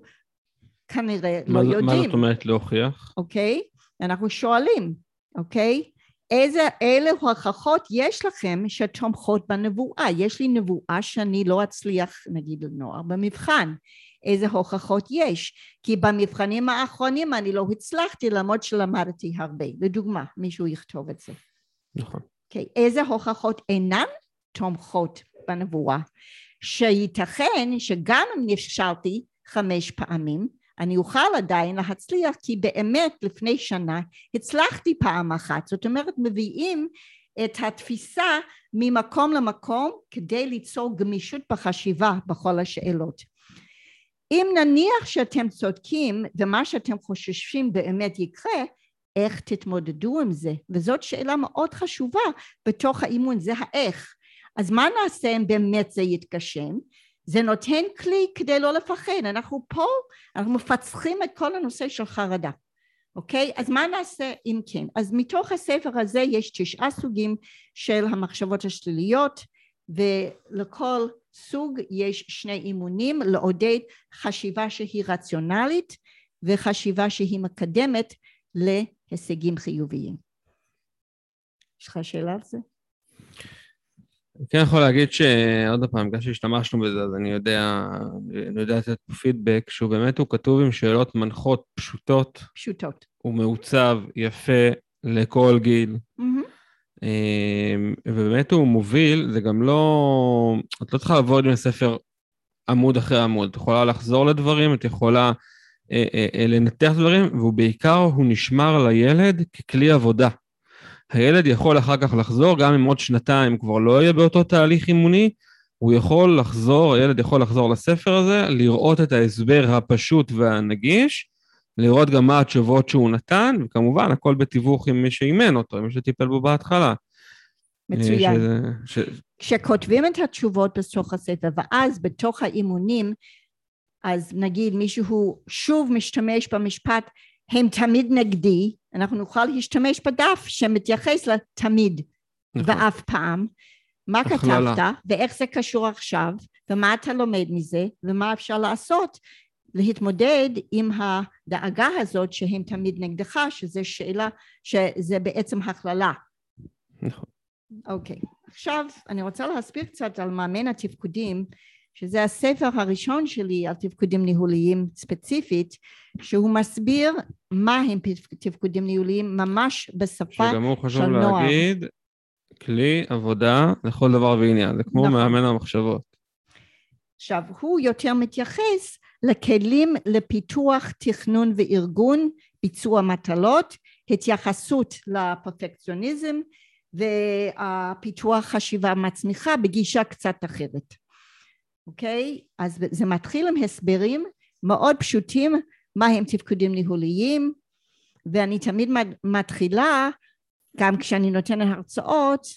Speaker 3: כנראה לא יודעים.
Speaker 2: מה זאת אומרת להוכיח?
Speaker 3: אוקיי? אנחנו שואלים, אוקיי? איזה, אלה הוכחות יש לכם שתומכות בנבואה? יש לי נבואה שאני לא אצליח, נגיד לנוער, במבחן. איזה הוכחות יש? כי במבחנים האחרונים אני לא הצלחתי, למרות שלמדתי הרבה. לדוגמה, מישהו יכתוב את זה.
Speaker 2: נכון.
Speaker 3: אוקיי, איזה הוכחות אינן תומכות בנבואה? שייתכן שגם אם נפשלתי חמש פעמים, אני אוכל עדיין להצליח, כי באמת לפני שנה הצלחתי פעם אחת. זאת אומרת, מביאים את התפיסה ממקום למקום כדי ליצור גמישות בחשיבה בכל השאלות. אם נניח שאתם צודקים ומה שאתם חוששים באמת יקרה, איך תתמודדו עם זה? וזאת שאלה מאוד חשובה בתוך האימון, זה האיך. אז מה נעשה אם באמת זה יתגשם? זה נותן כלי כדי לא לפחד. אנחנו פה, אנחנו מפצחים את כל הנושא של חרדה. אוקיי? אז מה נעשה אם כן? אז מתוך הספר הזה יש תשעה סוגים של המחשבות השליליות, ולכל סוג יש שני אימונים לעודד חשיבה שהיא רציונלית, וחשיבה שהיא מקדמת להישגים חיוביים. יש לך שאלה על זה?
Speaker 2: כן, יכול להגיד שעוד פעם, בגלל שהשתמשנו בזה, אז אני יודע, אני יודע לתת פה פידבק, שהוא באמת הוא כתוב עם שאלות מנחות פשוטות.
Speaker 3: פשוטות.
Speaker 2: הוא מעוצב יפה לכל גיל.
Speaker 3: Mm-hmm.
Speaker 2: ובאמת הוא מוביל, זה גם לא, את לא צריכה לעבוד עם הספר עמוד אחרי עמוד, את יכולה לחזור לדברים, את יכולה לנתח דברים, והוא בעיקר, הוא נשמר לילד ככלי עבודה. הילד יכול אחר כך לחזור, גם אם עוד שנתיים כבר לא יהיה באותו תהליך אימוני, הוא יכול לחזור, הילד יכול לחזור לספר הזה, לראות את ההסבר הפשוט והנגיש, לראות גם מה התשובות שהוא נתן, וכמובן, הכל בתיווך עם מי שאימן אותו, עם מי שטיפל בו בהתחלה.
Speaker 3: מצוין.
Speaker 2: ש...
Speaker 3: כשכותבים את התשובות בתוך הספר, ואז בתוך האימונים, אז נגיד מישהו שוב משתמש במשפט, הם תמיד נגדי, אנחנו נוכל להשתמש בדף שמתייחס לתמיד, נכון. ואף פעם, מה הכללה. כתבת, ואיך זה קשור עכשיו, ומה אתה לומד מזה, ומה אפשר לעשות, להתמודד עם הדאגה הזאת שהם תמיד נגדך, שזה שאלה, שזה בעצם הכללה.
Speaker 2: נכון.
Speaker 3: אוקיי, עכשיו אני רוצה להסביר קצת על מאמן התפקודים, שזה הספר הראשון שלי על תפקודים ניהוליים ספציפית, שהוא מסביר מה הם תפקודים ניהוליים ממש בשפה של נוער.
Speaker 2: שגם הוא חשוב להגיד, כלי עבודה לכל דבר ועניין, זה כמו נכון. מאמן המחשבות.
Speaker 3: עכשיו, הוא יותר מתייחס לכלים לפיתוח, תכנון וארגון, ביצוע מטלות, התייחסות לפרפקציוניזם, והפיתוח חשיבה מצמיחה בגישה קצת אחרת. אוקיי? אז זה מתחיל עם הסברים מאוד פשוטים, מה הם תפקודים ניהוליים, ואני תמיד מתחילה, גם כשאני נותנת הרצאות,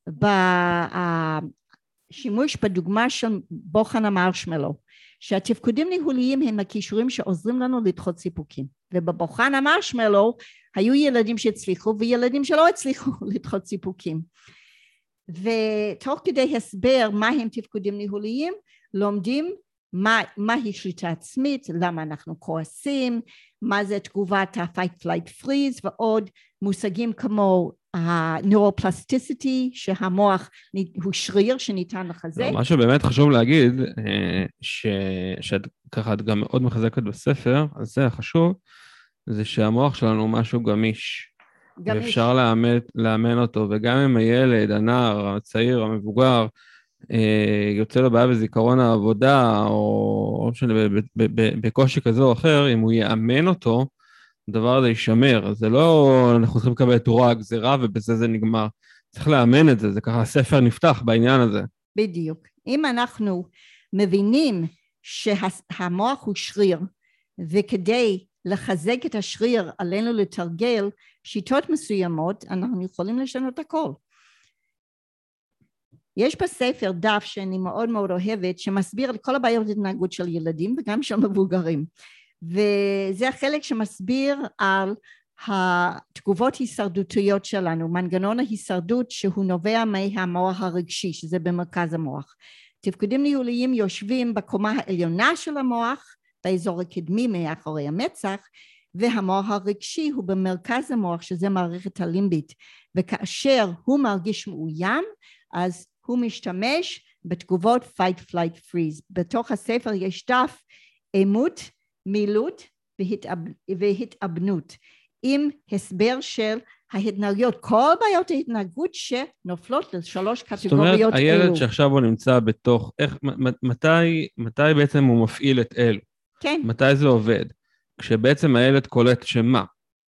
Speaker 3: בשימוש בדוגמה של בוחן המרשמלו, שהתפקודים ניהוליים הם הכישורים שעוזרים לנו לדחות סיפוקים, ובבוחן המרשמלו היו ילדים שהצליחו וילדים שלא הצליחו לדחות סיפוקים. ותוך כדי הסבר מה הם תפקודים ניהוליים, לומדים מה, מהי שליטה עצמית, למה אנחנו כועסים, מה זה תגובת ה-fight flight freeze, ועוד מושגים כמו ה-neuroplasticity, שהמוח הוא שריר שניתן לחזק.
Speaker 2: מה שבאמת חשוב להגיד, ש... שאת ככה את גם מאוד מחזקת בספר, אז זה החשוב, זה שהמוח שלנו הוא משהו גמיש. גמיש. ואפשר לאמן, לאמן אותו, וגם אם הילד, הנער, הצעיר, המבוגר, יוצא לו בעיה בזיכרון העבודה, או בקושי כזה או אחר, אם הוא יאמן אותו, הדבר הזה יישמר. זה לא, אנחנו צריכים לקבל תורה, גזירה, ובזה זה נגמר. צריך לאמן את זה, זה ככה, הספר נפתח בעניין הזה.
Speaker 3: בדיוק. אם אנחנו מבינים שהמוח הוא שריר, וכדי לחזק את השריר עלינו לתרגל שיטות מסוימות, אנחנו יכולים לשנות הכל. יש בספר דף שאני מאוד מאוד אוהבת, שמסביר על כל הבעיות התנהגות של ילדים וגם של מבוגרים. וזה החלק שמסביר על התגובות הישרדותיות שלנו, מנגנון ההישרדות שהוא נובע מהמוח הרגשי, שזה במרכז המוח. תפקודים ניהוליים יושבים בקומה העליונה של המוח, באזור הקדמי מאחורי המצח, והמוח הרגשי הוא במרכז המוח, שזה מערכת הלימבית. וכאשר הוא מרגיש מאוים, אז הוא משתמש בתגובות fight flight freeze. בתוך הספר יש דף אימות, מילוט והתאב... והתאבנות, עם הסבר של ההתנהגויות, כל בעיות ההתנהגות שנופלות לשלוש קטגוריות אלו.
Speaker 2: זאת אומרת, הילד שעכשיו הוא נמצא בתוך, איך, מתי, מתי בעצם הוא מפעיל את אלו?
Speaker 3: כן.
Speaker 2: מתי זה עובד? כשבעצם הילד קולט שמה?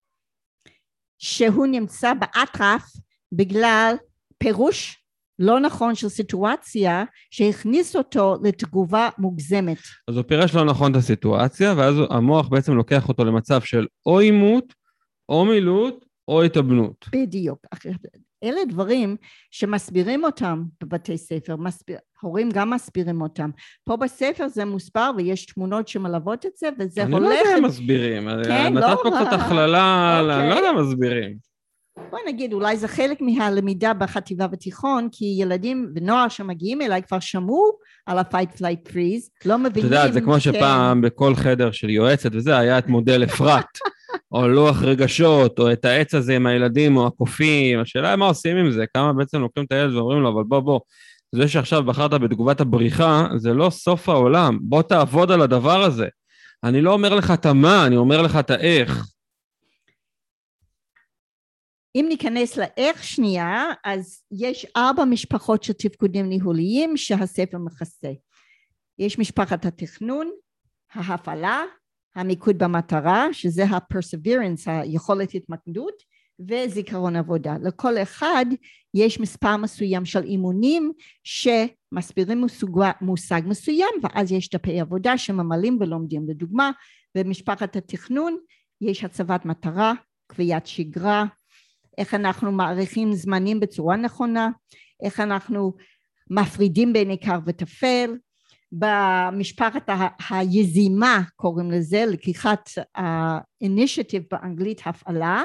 Speaker 3: שהוא נמצא באטרף בגלל פירוש לא נכון של סיטואציה שהכניס אותו לתגובה מוגזמת.
Speaker 2: אז הוא פירש לא נכון את הסיטואציה, ואז המוח בעצם לוקח אותו למצב של או אימות, או מילוט, או התאבנות.
Speaker 3: בדיוק. אלה דברים שמסבירים אותם בבתי ספר, מסביר, הורים גם מסבירים אותם. פה בספר זה מוסבר ויש תמונות שמלוות את זה, וזה
Speaker 2: אני
Speaker 3: הולך...
Speaker 2: אני לא יודע מסבירים,
Speaker 3: כן,
Speaker 2: נתת
Speaker 3: לא...
Speaker 2: פה קצת הכללה,
Speaker 3: אוקיי.
Speaker 2: אני לא יודע מסבירים.
Speaker 3: בוא נגיד, אולי זה חלק מהלמידה בחטיבה ותיכון, כי ילדים ונוער שמגיעים אליי כבר שמעו על ה-fight flight freeze, לא מבינים...
Speaker 2: אתה יודע, זה כמו שפעם בכל חדר של יועצת וזה, היה את מודל אפרת, או לוח רגשות, או את העץ הזה עם הילדים, או הקופים, השאלה מה עושים עם זה, כמה בעצם לוקחים את הילד ואומרים לו, אבל בוא בוא, זה שעכשיו בחרת בתגובת הבריחה, זה לא סוף העולם, בוא תעבוד על הדבר הזה. אני לא אומר לך את מה, אני אומר לך את האיך.
Speaker 3: אם ניכנס לאיך שנייה, אז יש ארבע משפחות של תפקודים ניהוליים שהספר מכסה. יש משפחת התכנון, ההפעלה, המיקוד במטרה, שזה ה-perseverance, היכולת התמקדות, וזיכרון עבודה. לכל אחד יש מספר מסוים של אימונים שמסבירים מושג, מושג מסוים, ואז יש דפי עבודה שממלאים ולומדים. לדוגמה, במשפחת התכנון יש הצבת מטרה, קביעת שגרה, איך אנחנו מעריכים זמנים בצורה נכונה, איך אנחנו מפרידים בין עיקר וטפל. במשפחת ה- היזימה קוראים לזה, לקיחת ה-initiative באנגלית הפעלה,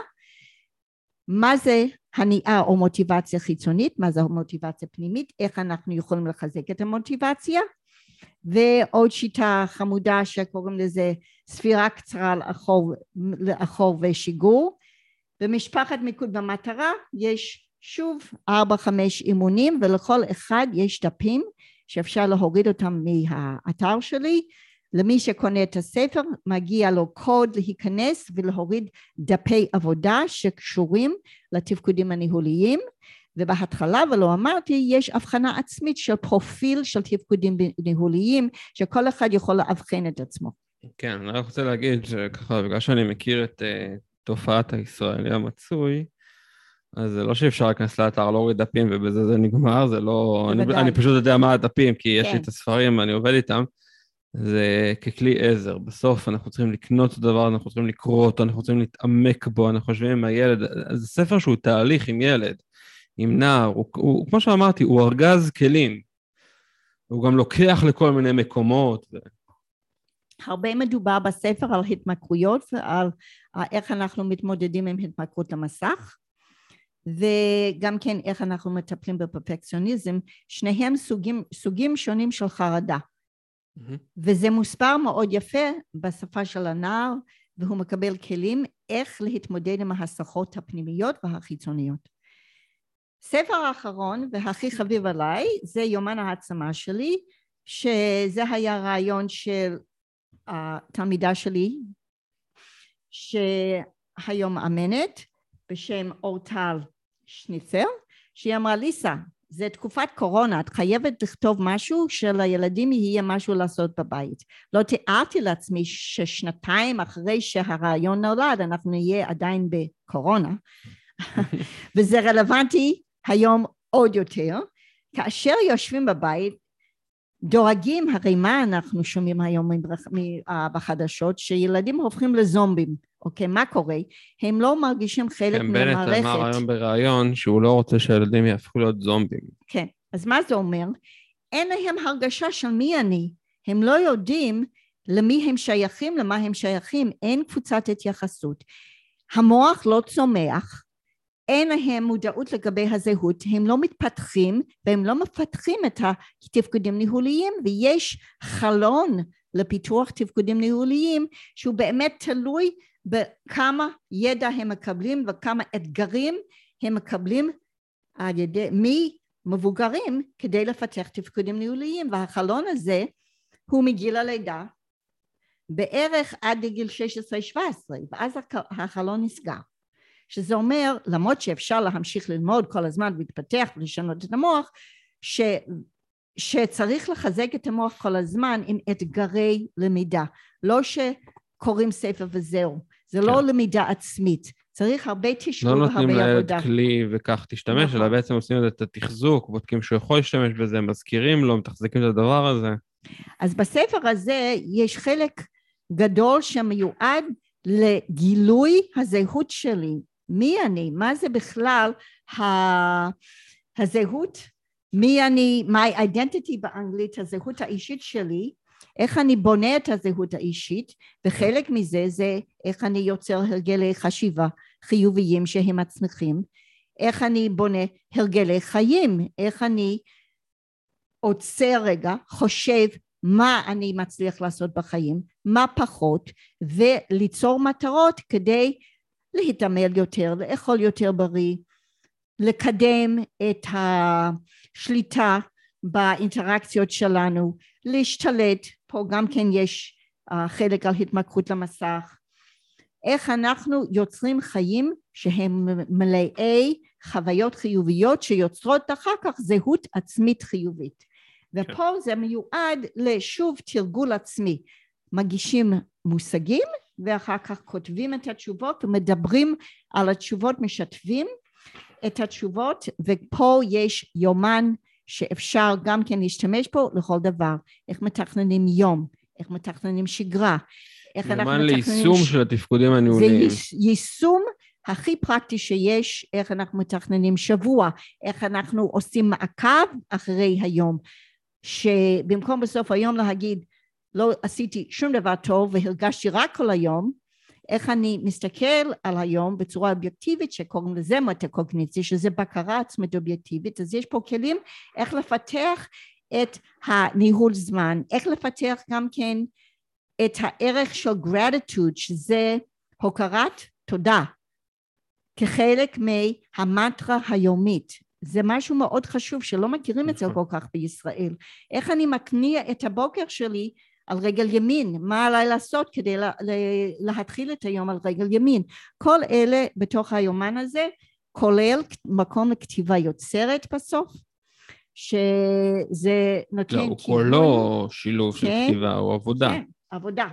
Speaker 3: מה זה הניעה או מוטיבציה חיצונית, מה זה המוטיבציה פנימית, איך אנחנו יכולים לחזק את המוטיבציה, ועוד שיטה חמודה שקוראים לזה ספירה קצרה לאחור, לאחור ושיגור. במשפחת מיקוד במטרה יש שוב ארבע חמש אימונים, ולכל אחד יש דפים שאפשר להוריד אותם מהאתר שלי. למי שקונה את הספר מגיע לו קוד להיכנס ולהוריד דפי עבודה שקשורים לתפקודים הניהוליים, ובהתחלה ולא אמרתי יש הבחנה עצמית של פרופיל של תפקודים ניהוליים שכל אחד יכול להבחן את עצמו.
Speaker 2: כן, אני רוצה להגיד שככה בגלל שאני מכיר את uh, תופעת הישראלי המצוי, אז זה לא שאפשר להכנס לאתר, לא הוריד דפים ובזה זה נגמר, זה לא, אני, אני פשוט יודע מה הדפים, כי יש לי את הספרים, אני עובד איתם, זה ככלי עזר, בסוף אנחנו צריכים לקנות את הדבר, אנחנו צריכים לקרוא אותו, אנחנו צריכים להתעמק בו, אנחנו חושבים עם הילד, זה ספר שהוא תהליך עם ילד, עם נער, הוא, הוא, כמו שאמרתי, הוא ארגז כלים, הוא גם לוקח לכל מיני מקומות. ו...
Speaker 3: הרבה מדובר בספר על התמכרויות, ועל איך אנחנו מתמודדים עם התמכרות למסך, וגם כן איך אנחנו מטפלים בפרפקציוניזם, שניהם סוגים, סוגים שונים של חרדה. Mm-hmm. וזה מוסבר מאוד יפה בשפה של הנער, והוא מקבל כלים איך להתמודד עם ההסחות הפנימיות והחיצוניות. ספר האחרון והכי חביב עליי זה יומן העצמה שלי, שזה היה רעיון של התלמידה שלי שהיום מאמנת בשם אורטל שניצר, שהיא אמרה ליסה, זה תקופת קורונה, את חייבת לכתוב משהו שלילדים יהיה משהו לעשות בבית. לא תיארתי לעצמי ששנתיים אחרי שהרעיון נולד אנחנו נהיה עדיין בקורונה, וזה רלוונטי היום עוד יותר. כאשר יושבים בבית דואגים, הרי מה אנחנו שומעים היום בחדשות, שילדים הופכים לזומבים. אוקיי, מה קורה? הם לא מרגישים חלק מהמערכת.
Speaker 2: בנט אמר היום ברעיון שהוא לא רוצה שהילדים יהפכו להיות זומבים.
Speaker 3: כן, אז מה זה אומר? אין להם הרגשה של מי אני. הם לא יודעים למי הם שייכים, למה הם שייכים. אין קבוצת התייחסות. המוח לא צומח. אין להם מודעות לגבי הזהות, הם לא מתפתחים והם לא מפתחים את התפקודים ניהוליים, ויש חלון לפיתוח תפקודים ניהוליים שהוא באמת תלוי בכמה ידע הם מקבלים וכמה אתגרים הם מקבלים על ידי ממבוגרים כדי לפתח תפקודים ניהוליים, והחלון הזה הוא מגיל הלידה בערך עד לגיל שש עשרה שבע עשרה, ואז החלון נסגר. שזה אומר, למרות שאפשר להמשיך ללמוד כל הזמן ולהתפתח ולשנות את המוח, ש, שצריך לחזק את המוח כל הזמן עם אתגרי למידה. לא שקוראים ספר וזהו. זה לא למידה עצמית. צריך הרבה תשאול והרבה עבודה.
Speaker 2: לא נותנים לילד כלי וכך תשתמש, אלא בעצם עושים את התחזוק, בודקים שהוא יכול להשתמש בזה, מזכירים לו, מתחזקים את הדבר הזה.
Speaker 3: אז בספר הזה יש חלק גדול שמיועד לגילוי הזהות שלי. מי אני? מה זה בכלל הזהות? מי אני? my identity באנגלית, הזהות האישית שלי, איך אני בונה את הזהות האישית, וחלק מזה זה איך אני יוצר הרגלי חשיבה חיוביים שהם מצמיחים, איך אני בונה הרגלי חיים, איך אני עוצר רגע, חושב מה אני מצליח לעשות בחיים, מה פחות, וליצור מטרות כדי להתעמל יותר, לאכול יותר בריא, לקדם את השליטה באינטראקציות שלנו, להשתלט, פה גם כן יש uh, חלק על התמכרות למסך, איך אנחנו יוצרים חיים שהם מלאי חוויות חיוביות שיוצרות אחר כך זהות עצמית חיובית. ופה זה מיועד לשוב תרגול עצמי. מגישים מושגים ואחר כך כותבים את התשובות ומדברים על התשובות, משתפים את התשובות, ופה יש יומן שאפשר גם כן להשתמש פה לכל דבר. איך מתכננים יום, איך מתכננים שגרה, איך אנחנו
Speaker 2: יומן
Speaker 3: מתכננים...
Speaker 2: ליישום ש... של התפקודים הניהוליים.
Speaker 3: זה יישום הכי פרקטי שיש, איך אנחנו מתכננים שבוע, איך אנחנו עושים מעקב אחרי היום, שבמקום בסוף היום להגיד, לא עשיתי שום דבר טוב והרגשתי רק כל היום, איך אני מסתכל על היום בצורה אובייקטיבית שקוראים לזה מטה-קוגניציה, שזה בקרה עצמית אובייקטיבית. אז יש פה כלים איך לפתח את הניהול זמן, איך לפתח גם כן את הערך של gratitude, שזה הוקרת תודה, כחלק מהמנטרה היומית. זה משהו מאוד חשוב שלא מכירים את זה כל כך בישראל. איך אני מקניע את הבוקר שלי על רגל ימין, מה עליי לעשות כדי לה, להתחיל את היום על רגל ימין. כל אלה בתוך היומן הזה, כולל מקום לכתיבה יוצרת בסוף, שזה נותן...
Speaker 2: לא, הוא כולו שילוב של כתיבה או עבודה.
Speaker 3: כן, עבודה.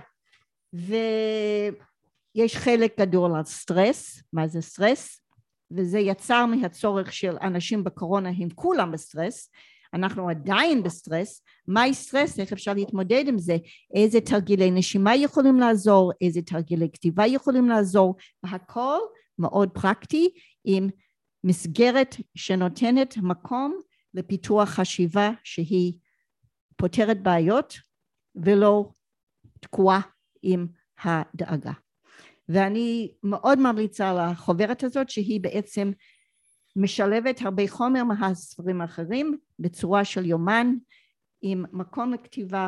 Speaker 3: ויש חלק גדול על סטרס, מה זה סטרס? וזה יצר מהצורך של אנשים בקורונה, הם כולם בסטרס, אנחנו עדיין בסטרס. מהי סטרס? איך אפשר להתמודד עם זה? איזה תרגילי נשימה יכולים לעזור? איזה תרגילי כתיבה יכולים לעזור? והכל מאוד פרקטי, עם מסגרת שנותנת מקום לפיתוח חשיבה שהיא פותרת בעיות ולא תקועה עם הדאגה. ואני מאוד ממליצה על החוברת הזאת, שהיא בעצם משלבת הרבה חומר מהספרים האחרים בצורה של יומן עם מקום לכתיבה,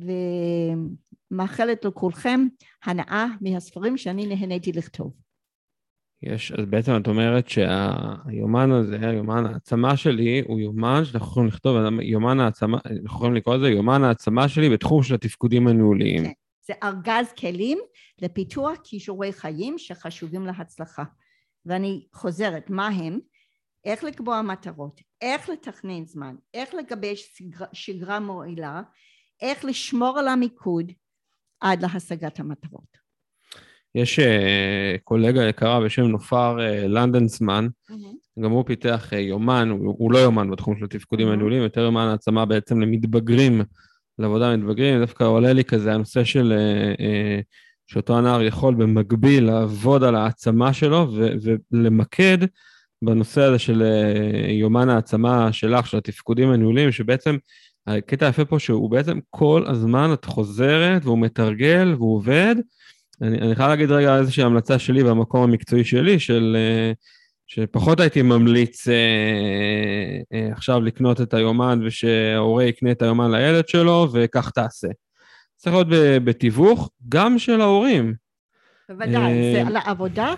Speaker 3: ומאחלת לכולכם הנאה מהספרים שאני נהניתי לכתוב.
Speaker 2: יש, אז בעצם את אומרת שהיומן הזה, היומן העצמה שלי, הוא יומן שאנחנו יכולים לכתוב, יומן העצמה, אנחנו יכולים לקרוא לזה יומן העצמה שלי בתחום של התפקודים הניהוליים.
Speaker 3: כן, זה ארגז כלים לפיתוח כישורי חיים שחשובים להצלחה. ואני חוזרת, מה הם? איך לקבוע מטרות, איך לתכנן זמן, איך לגבש שגרה, שגרה מועילה, איך לשמור על המיקוד עד להשגת המטרות.
Speaker 2: יש uh, קולגה יקרה בשם נופר uh, לנדנסמן, mm-hmm. גם הוא פיתח uh, יומן, הוא, הוא לא יומן בתחום של התפקודים mm-hmm. הניהוליים, יותר יומן העצמה בעצם למתבגרים, לעבודה מתבגרים, דווקא עולה לי כזה הנושא של uh, uh, שאותו הנער יכול במקביל לעבוד על העצמה שלו ו- ולמקד בנושא הזה של יומן העצמה שלך, של התפקודים הניהוליים, שבעצם הקטע היפה פה שהוא בעצם כל הזמן את חוזרת והוא מתרגל והוא עובד. אני, אני חייב להגיד רגע איזושהי המלצה שלי במקום המקצועי שלי, של, שפחות הייתי ממליץ אה, אה, עכשיו לקנות את היומן ושההורה יקנה את היומן לילד שלו וכך תעשה. צריך להיות בתיווך גם של ההורים.
Speaker 3: בוודאי, זה על העבודה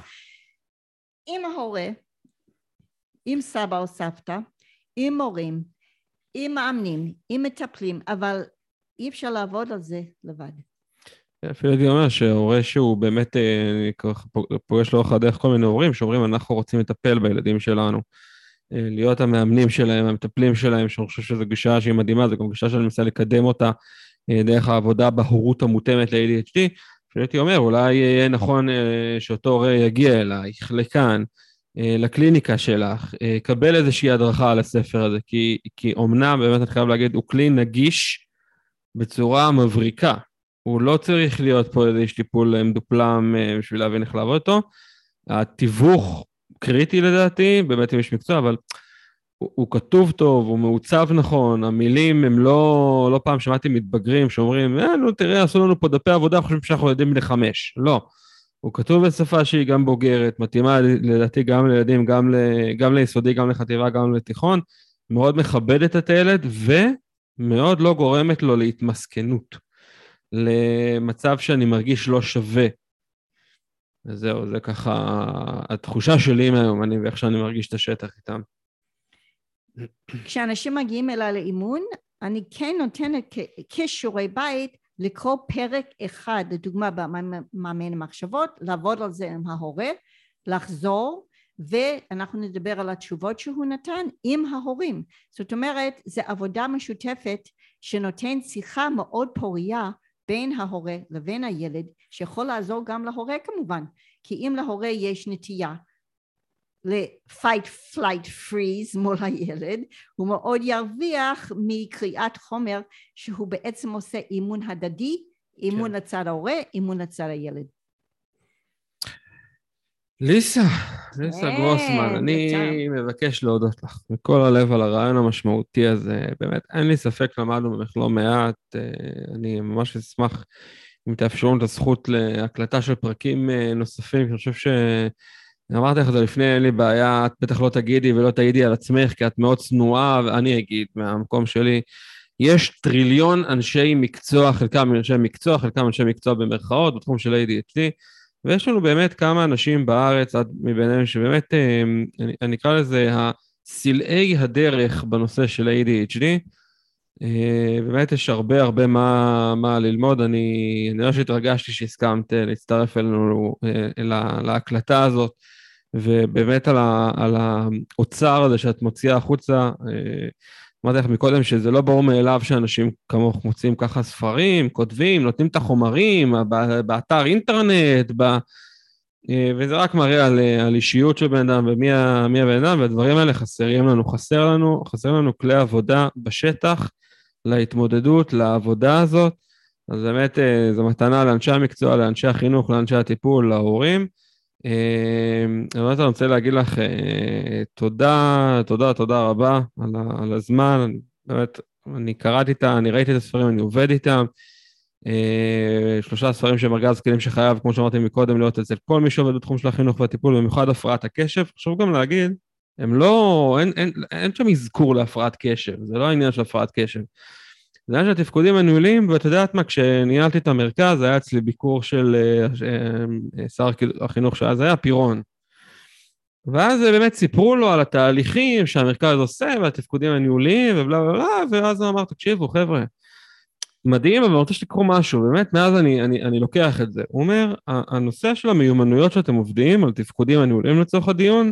Speaker 3: עם ההורה, עם סבא או סבתא, עם מורים, עם מאמנים, עם מטפלים, אבל אי אפשר לעבוד על זה לבד.
Speaker 2: אפילו הייתי אומר שההורה שהוא באמת פוגש לאורך הדרך כל מיני הורים שאומרים אנחנו רוצים לטפל בילדים שלנו, להיות המאמנים שלהם, המטפלים שלהם, שאני חושב שזו גישה שהיא מדהימה, זו גם גישה שאני מנסה לקדם אותה דרך העבודה בהורות המותאמת ל-איי די אייץ' די, שהייתי אומר אולי יהיה נכון שאותו הורה יגיע אלייך לכאן, לקליניקה שלך, קבל איזושהי הדרכה על הספר הזה, כי, כי אומנם, באמת אני חייב להגיד, הוא כלי נגיש בצורה מבריקה. הוא לא צריך להיות פה איזשהו טיפול מדופלם בשביל להבין איך לעבוד אותו. התיווך קריטי לדעתי, באמת אם יש מקצוע, אבל הוא, הוא כתוב טוב, הוא מעוצב נכון, המילים הם לא, לא פעם שמעתי מתבגרים שאומרים, אה, נו תראה, עשו לנו פה דפי עבודה, חושבים שאנחנו יודעים לחמש. לא. הוא כתוב בשפה שהיא גם בוגרת, מתאימה לדעתי גם לילדים, גם, ל, גם ליסודי, גם לחטיבה, גם לתיכון, מאוד מכבדת את הילד, ומאוד לא גורמת לו להתמסכנות, למצב שאני מרגיש לא שווה. וזהו, זה ככה התחושה שלי מהיום, אני ואיך שאני מרגיש את השטח איתם.
Speaker 3: כשאנשים מגיעים אליי לאימון, אני כן נותנת כשיעורי בית, לקרוא פרק אחד, לדוגמה במאמן המחשבות, לעבוד על זה עם ההורה, לחזור, ואנחנו נדבר על התשובות שהוא נתן עם ההורים. זאת אומרת, זו עבודה משותפת שנותן שיחה מאוד פוריה בין ההורה לבין הילד, שיכול לעזור גם להורה כמובן, כי אם להורה יש נטייה ל-fight, flight, freeze מול הילד, הוא מאוד ירוויח מקריאת חומר שהוא בעצם עושה אימון הדדי, אימון כן. לצד ההורה, אימון לצד הילד.
Speaker 2: ליסה, ליסה גרוסמן, אני מבקש להודות לך מכל הלב על הרעיון המשמעותי הזה, באמת אין לי ספק, למדנו ממך לא מעט, אני ממש אשמח אם תאפשרו את הזכות להקלטה של פרקים נוספים, אני חושב ש... אמרתי לך את זה לפני, אין לי בעיה, את בטח לא תגידי ולא תגידי על עצמך, כי את מאוד צנועה, ואני אגיד מהמקום שלי, יש טריליון אנשי מקצוע, חלקם אנשי מקצוע, חלקם אנשי מקצוע במרכאות, בתחום של A D H D, ויש לנו באמת כמה אנשים בארץ, עד מביניהם שבאמת, אני, אני אקרא לזה, הסלעי הדרך בנושא של A D H D, באמת יש הרבה הרבה מה, מה ללמוד, אני, אני לא שהתרגשתי שהסכמת להצטרף אלינו לה, להקלטה הזאת, ובאמת על, ה, על האוצר הזה שאת מוציאה החוצה, אמרתי לך מקודם שזה לא ברור מאליו שאנשים כמוך מוציאים ככה ספרים, כותבים, נותנים את החומרים, באתר אינטרנט, ב... וזה רק מראה על, על אישיות של בן אדם ומי הבן אדם, והדברים האלה חסרים לנו, חסר לנו, חסר לנו כלי עבודה בשטח, להתמודדות, לעבודה הזאת, אז באמת זו מתנה לאנשי המקצוע, לאנשי החינוך, לאנשי הטיפול, להורים. אני רוצה להגיד לך תודה, תודה, תודה רבה על, על הזמן, באמת, אני קראתי איתה, אני ראיתי את הספרים, אני עובד איתם, שלושה ספרים שמרגז כלים שחייב, כמו שאמרתי מקודם, להיות אצל כל מי שעובד בתחום של החינוך והטיפול, במיוחד הפרעת הקשב. חשוב גם להגיד, הם לא, אין, אין, אין שם אזכור להפרעת קשב, זה לא העניין של הפרעת קשב. זה העניין של התפקודים הניהוליים, ואתה יודעת מה, כשניהלתי את המרכז, היה אצלי ביקור של שר החינוך שאז היה פירון. ואז באמת סיפרו לו על התהליכים שהמרכז עושה, והתפקודים הניהוליים, ובלה בלה בלה, ואז הוא אמר, תקשיבו, חבר'ה, מדהים, אבל אני רוצה שתקחו משהו, באמת, מאז אני, אני, אני לוקח את זה. הוא אומר, הנושא של המיומנויות שאתם עובדים, על תפקודים הניהוליים לצורך הדיון,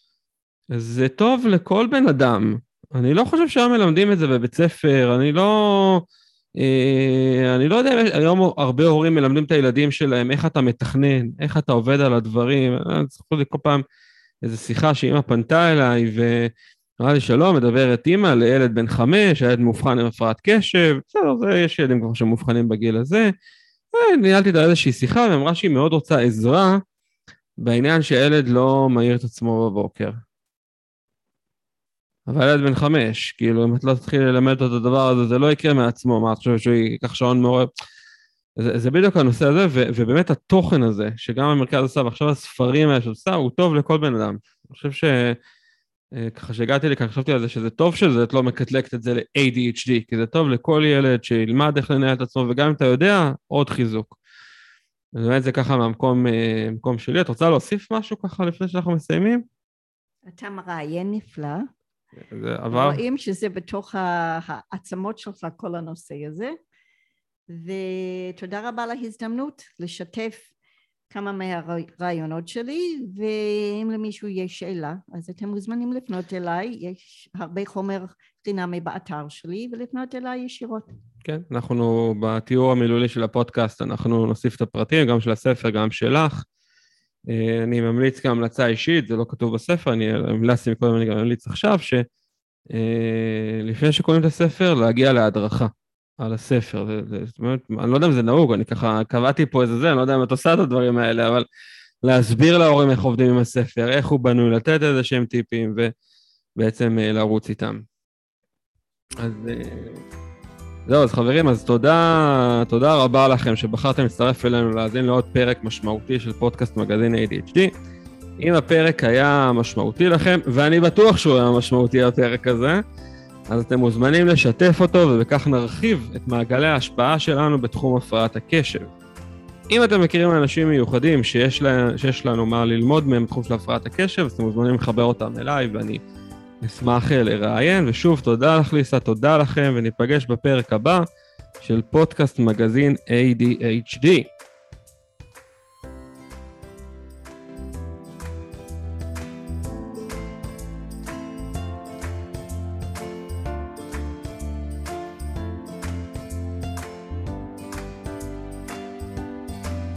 Speaker 2: זה טוב לכל בן אדם. אני לא חושב שהיום מלמדים את זה בבית ספר, אני לא, אה, אני לא יודע, היום הרבה הורים מלמדים את הילדים שלהם, איך אתה מתכנן, איך אתה עובד על הדברים, אני זוכר לי כל פעם איזו שיחה שאמא פנתה אליי, ואמרה לי שלום, מדברת אמא לילד בן חמש, הילד מאובחן עם הפרעת קשב, בסדר, זה, יש ילדים כבר שמאובחנים בגיל הזה, וניהלתי את איזושהי שיחה, ואמרה שהיא מאוד רוצה עזרה, בעניין שהילד לא מהיר את עצמו בבוקר. אבל ילד בן חמש, כאילו, אם את לא תתחיל ללמד את הדבר הזה, זה לא יקרה מעצמו, מה את חושבת שהוא ייקח שעון מעורב? זה, זה בדיוק הנושא הזה, ו, ובאמת התוכן הזה, שגם המרכז עושה, ועכשיו הספרים האלה שעושה, הוא טוב לכל בן אדם. אני חושב ש... ככה שהגעתי לי, ככה חשבתי על זה, שזה טוב שזה, את לא מקטלקת את זה ל-A D H D, כי זה טוב לכל ילד שילמד איך לנהל את עצמו, וגם אם אתה יודע, עוד חיזוק. אז באמת זה ככה מהמקום מקום שלי. את רוצה להוסיף משהו ככה לפני שאנחנו מסיימים?
Speaker 3: אתה מראיין נפלא.
Speaker 2: זה עבר.
Speaker 3: רואים שזה בתוך העצמות שלך, כל הנושא הזה. ותודה רבה להזדמנות לשתף כמה מהרעיונות שלי, ואם למישהו יש שאלה, אז אתם מוזמנים לפנות אליי, יש הרבה חומר חינמי באתר שלי, ולפנות אליי ישירות.
Speaker 2: כן, אנחנו בתיאור המילולי של הפודקאסט, אנחנו נוסיף את הפרטים, גם של הספר, גם שלך. אני ממליץ גם המלצה אישית, זה לא כתוב בספר, אני המלצתי מקודם, אני גם ממליץ עכשיו, שלפני שקוראים את הספר, להגיע להדרכה על הספר. זה, זה, זאת אומרת, אני לא יודע אם זה נהוג, אני ככה קבעתי פה איזה זה, אני לא יודע אם את עושה את הדברים האלה, אבל להסביר להורים איך עובדים עם הספר, איך הוא בנוי, לתת איזה שהם טיפים, ובעצם לרוץ איתם. אז זהו, אז חברים, אז תודה, תודה רבה לכם שבחרתם להצטרף אלינו להאזין לעוד פרק משמעותי של פודקאסט מגזין A D H D. אם הפרק היה משמעותי לכם, ואני בטוח שהוא היה משמעותי הפרק הזה, אז אתם מוזמנים לשתף אותו, ובכך נרחיב את מעגלי ההשפעה שלנו בתחום הפרעת הקשב. אם אתם מכירים אנשים מיוחדים שיש, לה, שיש לנו מה ללמוד מהם בתחום של הפרעת הקשב, אז אתם מוזמנים לחבר אותם אליי, ואני אשמח לראיין. ושוב, תודה לך ליסה, תודה לכם, וניפגש בפרק הבא. של פודקאסט מגזין איי די אייץ' די.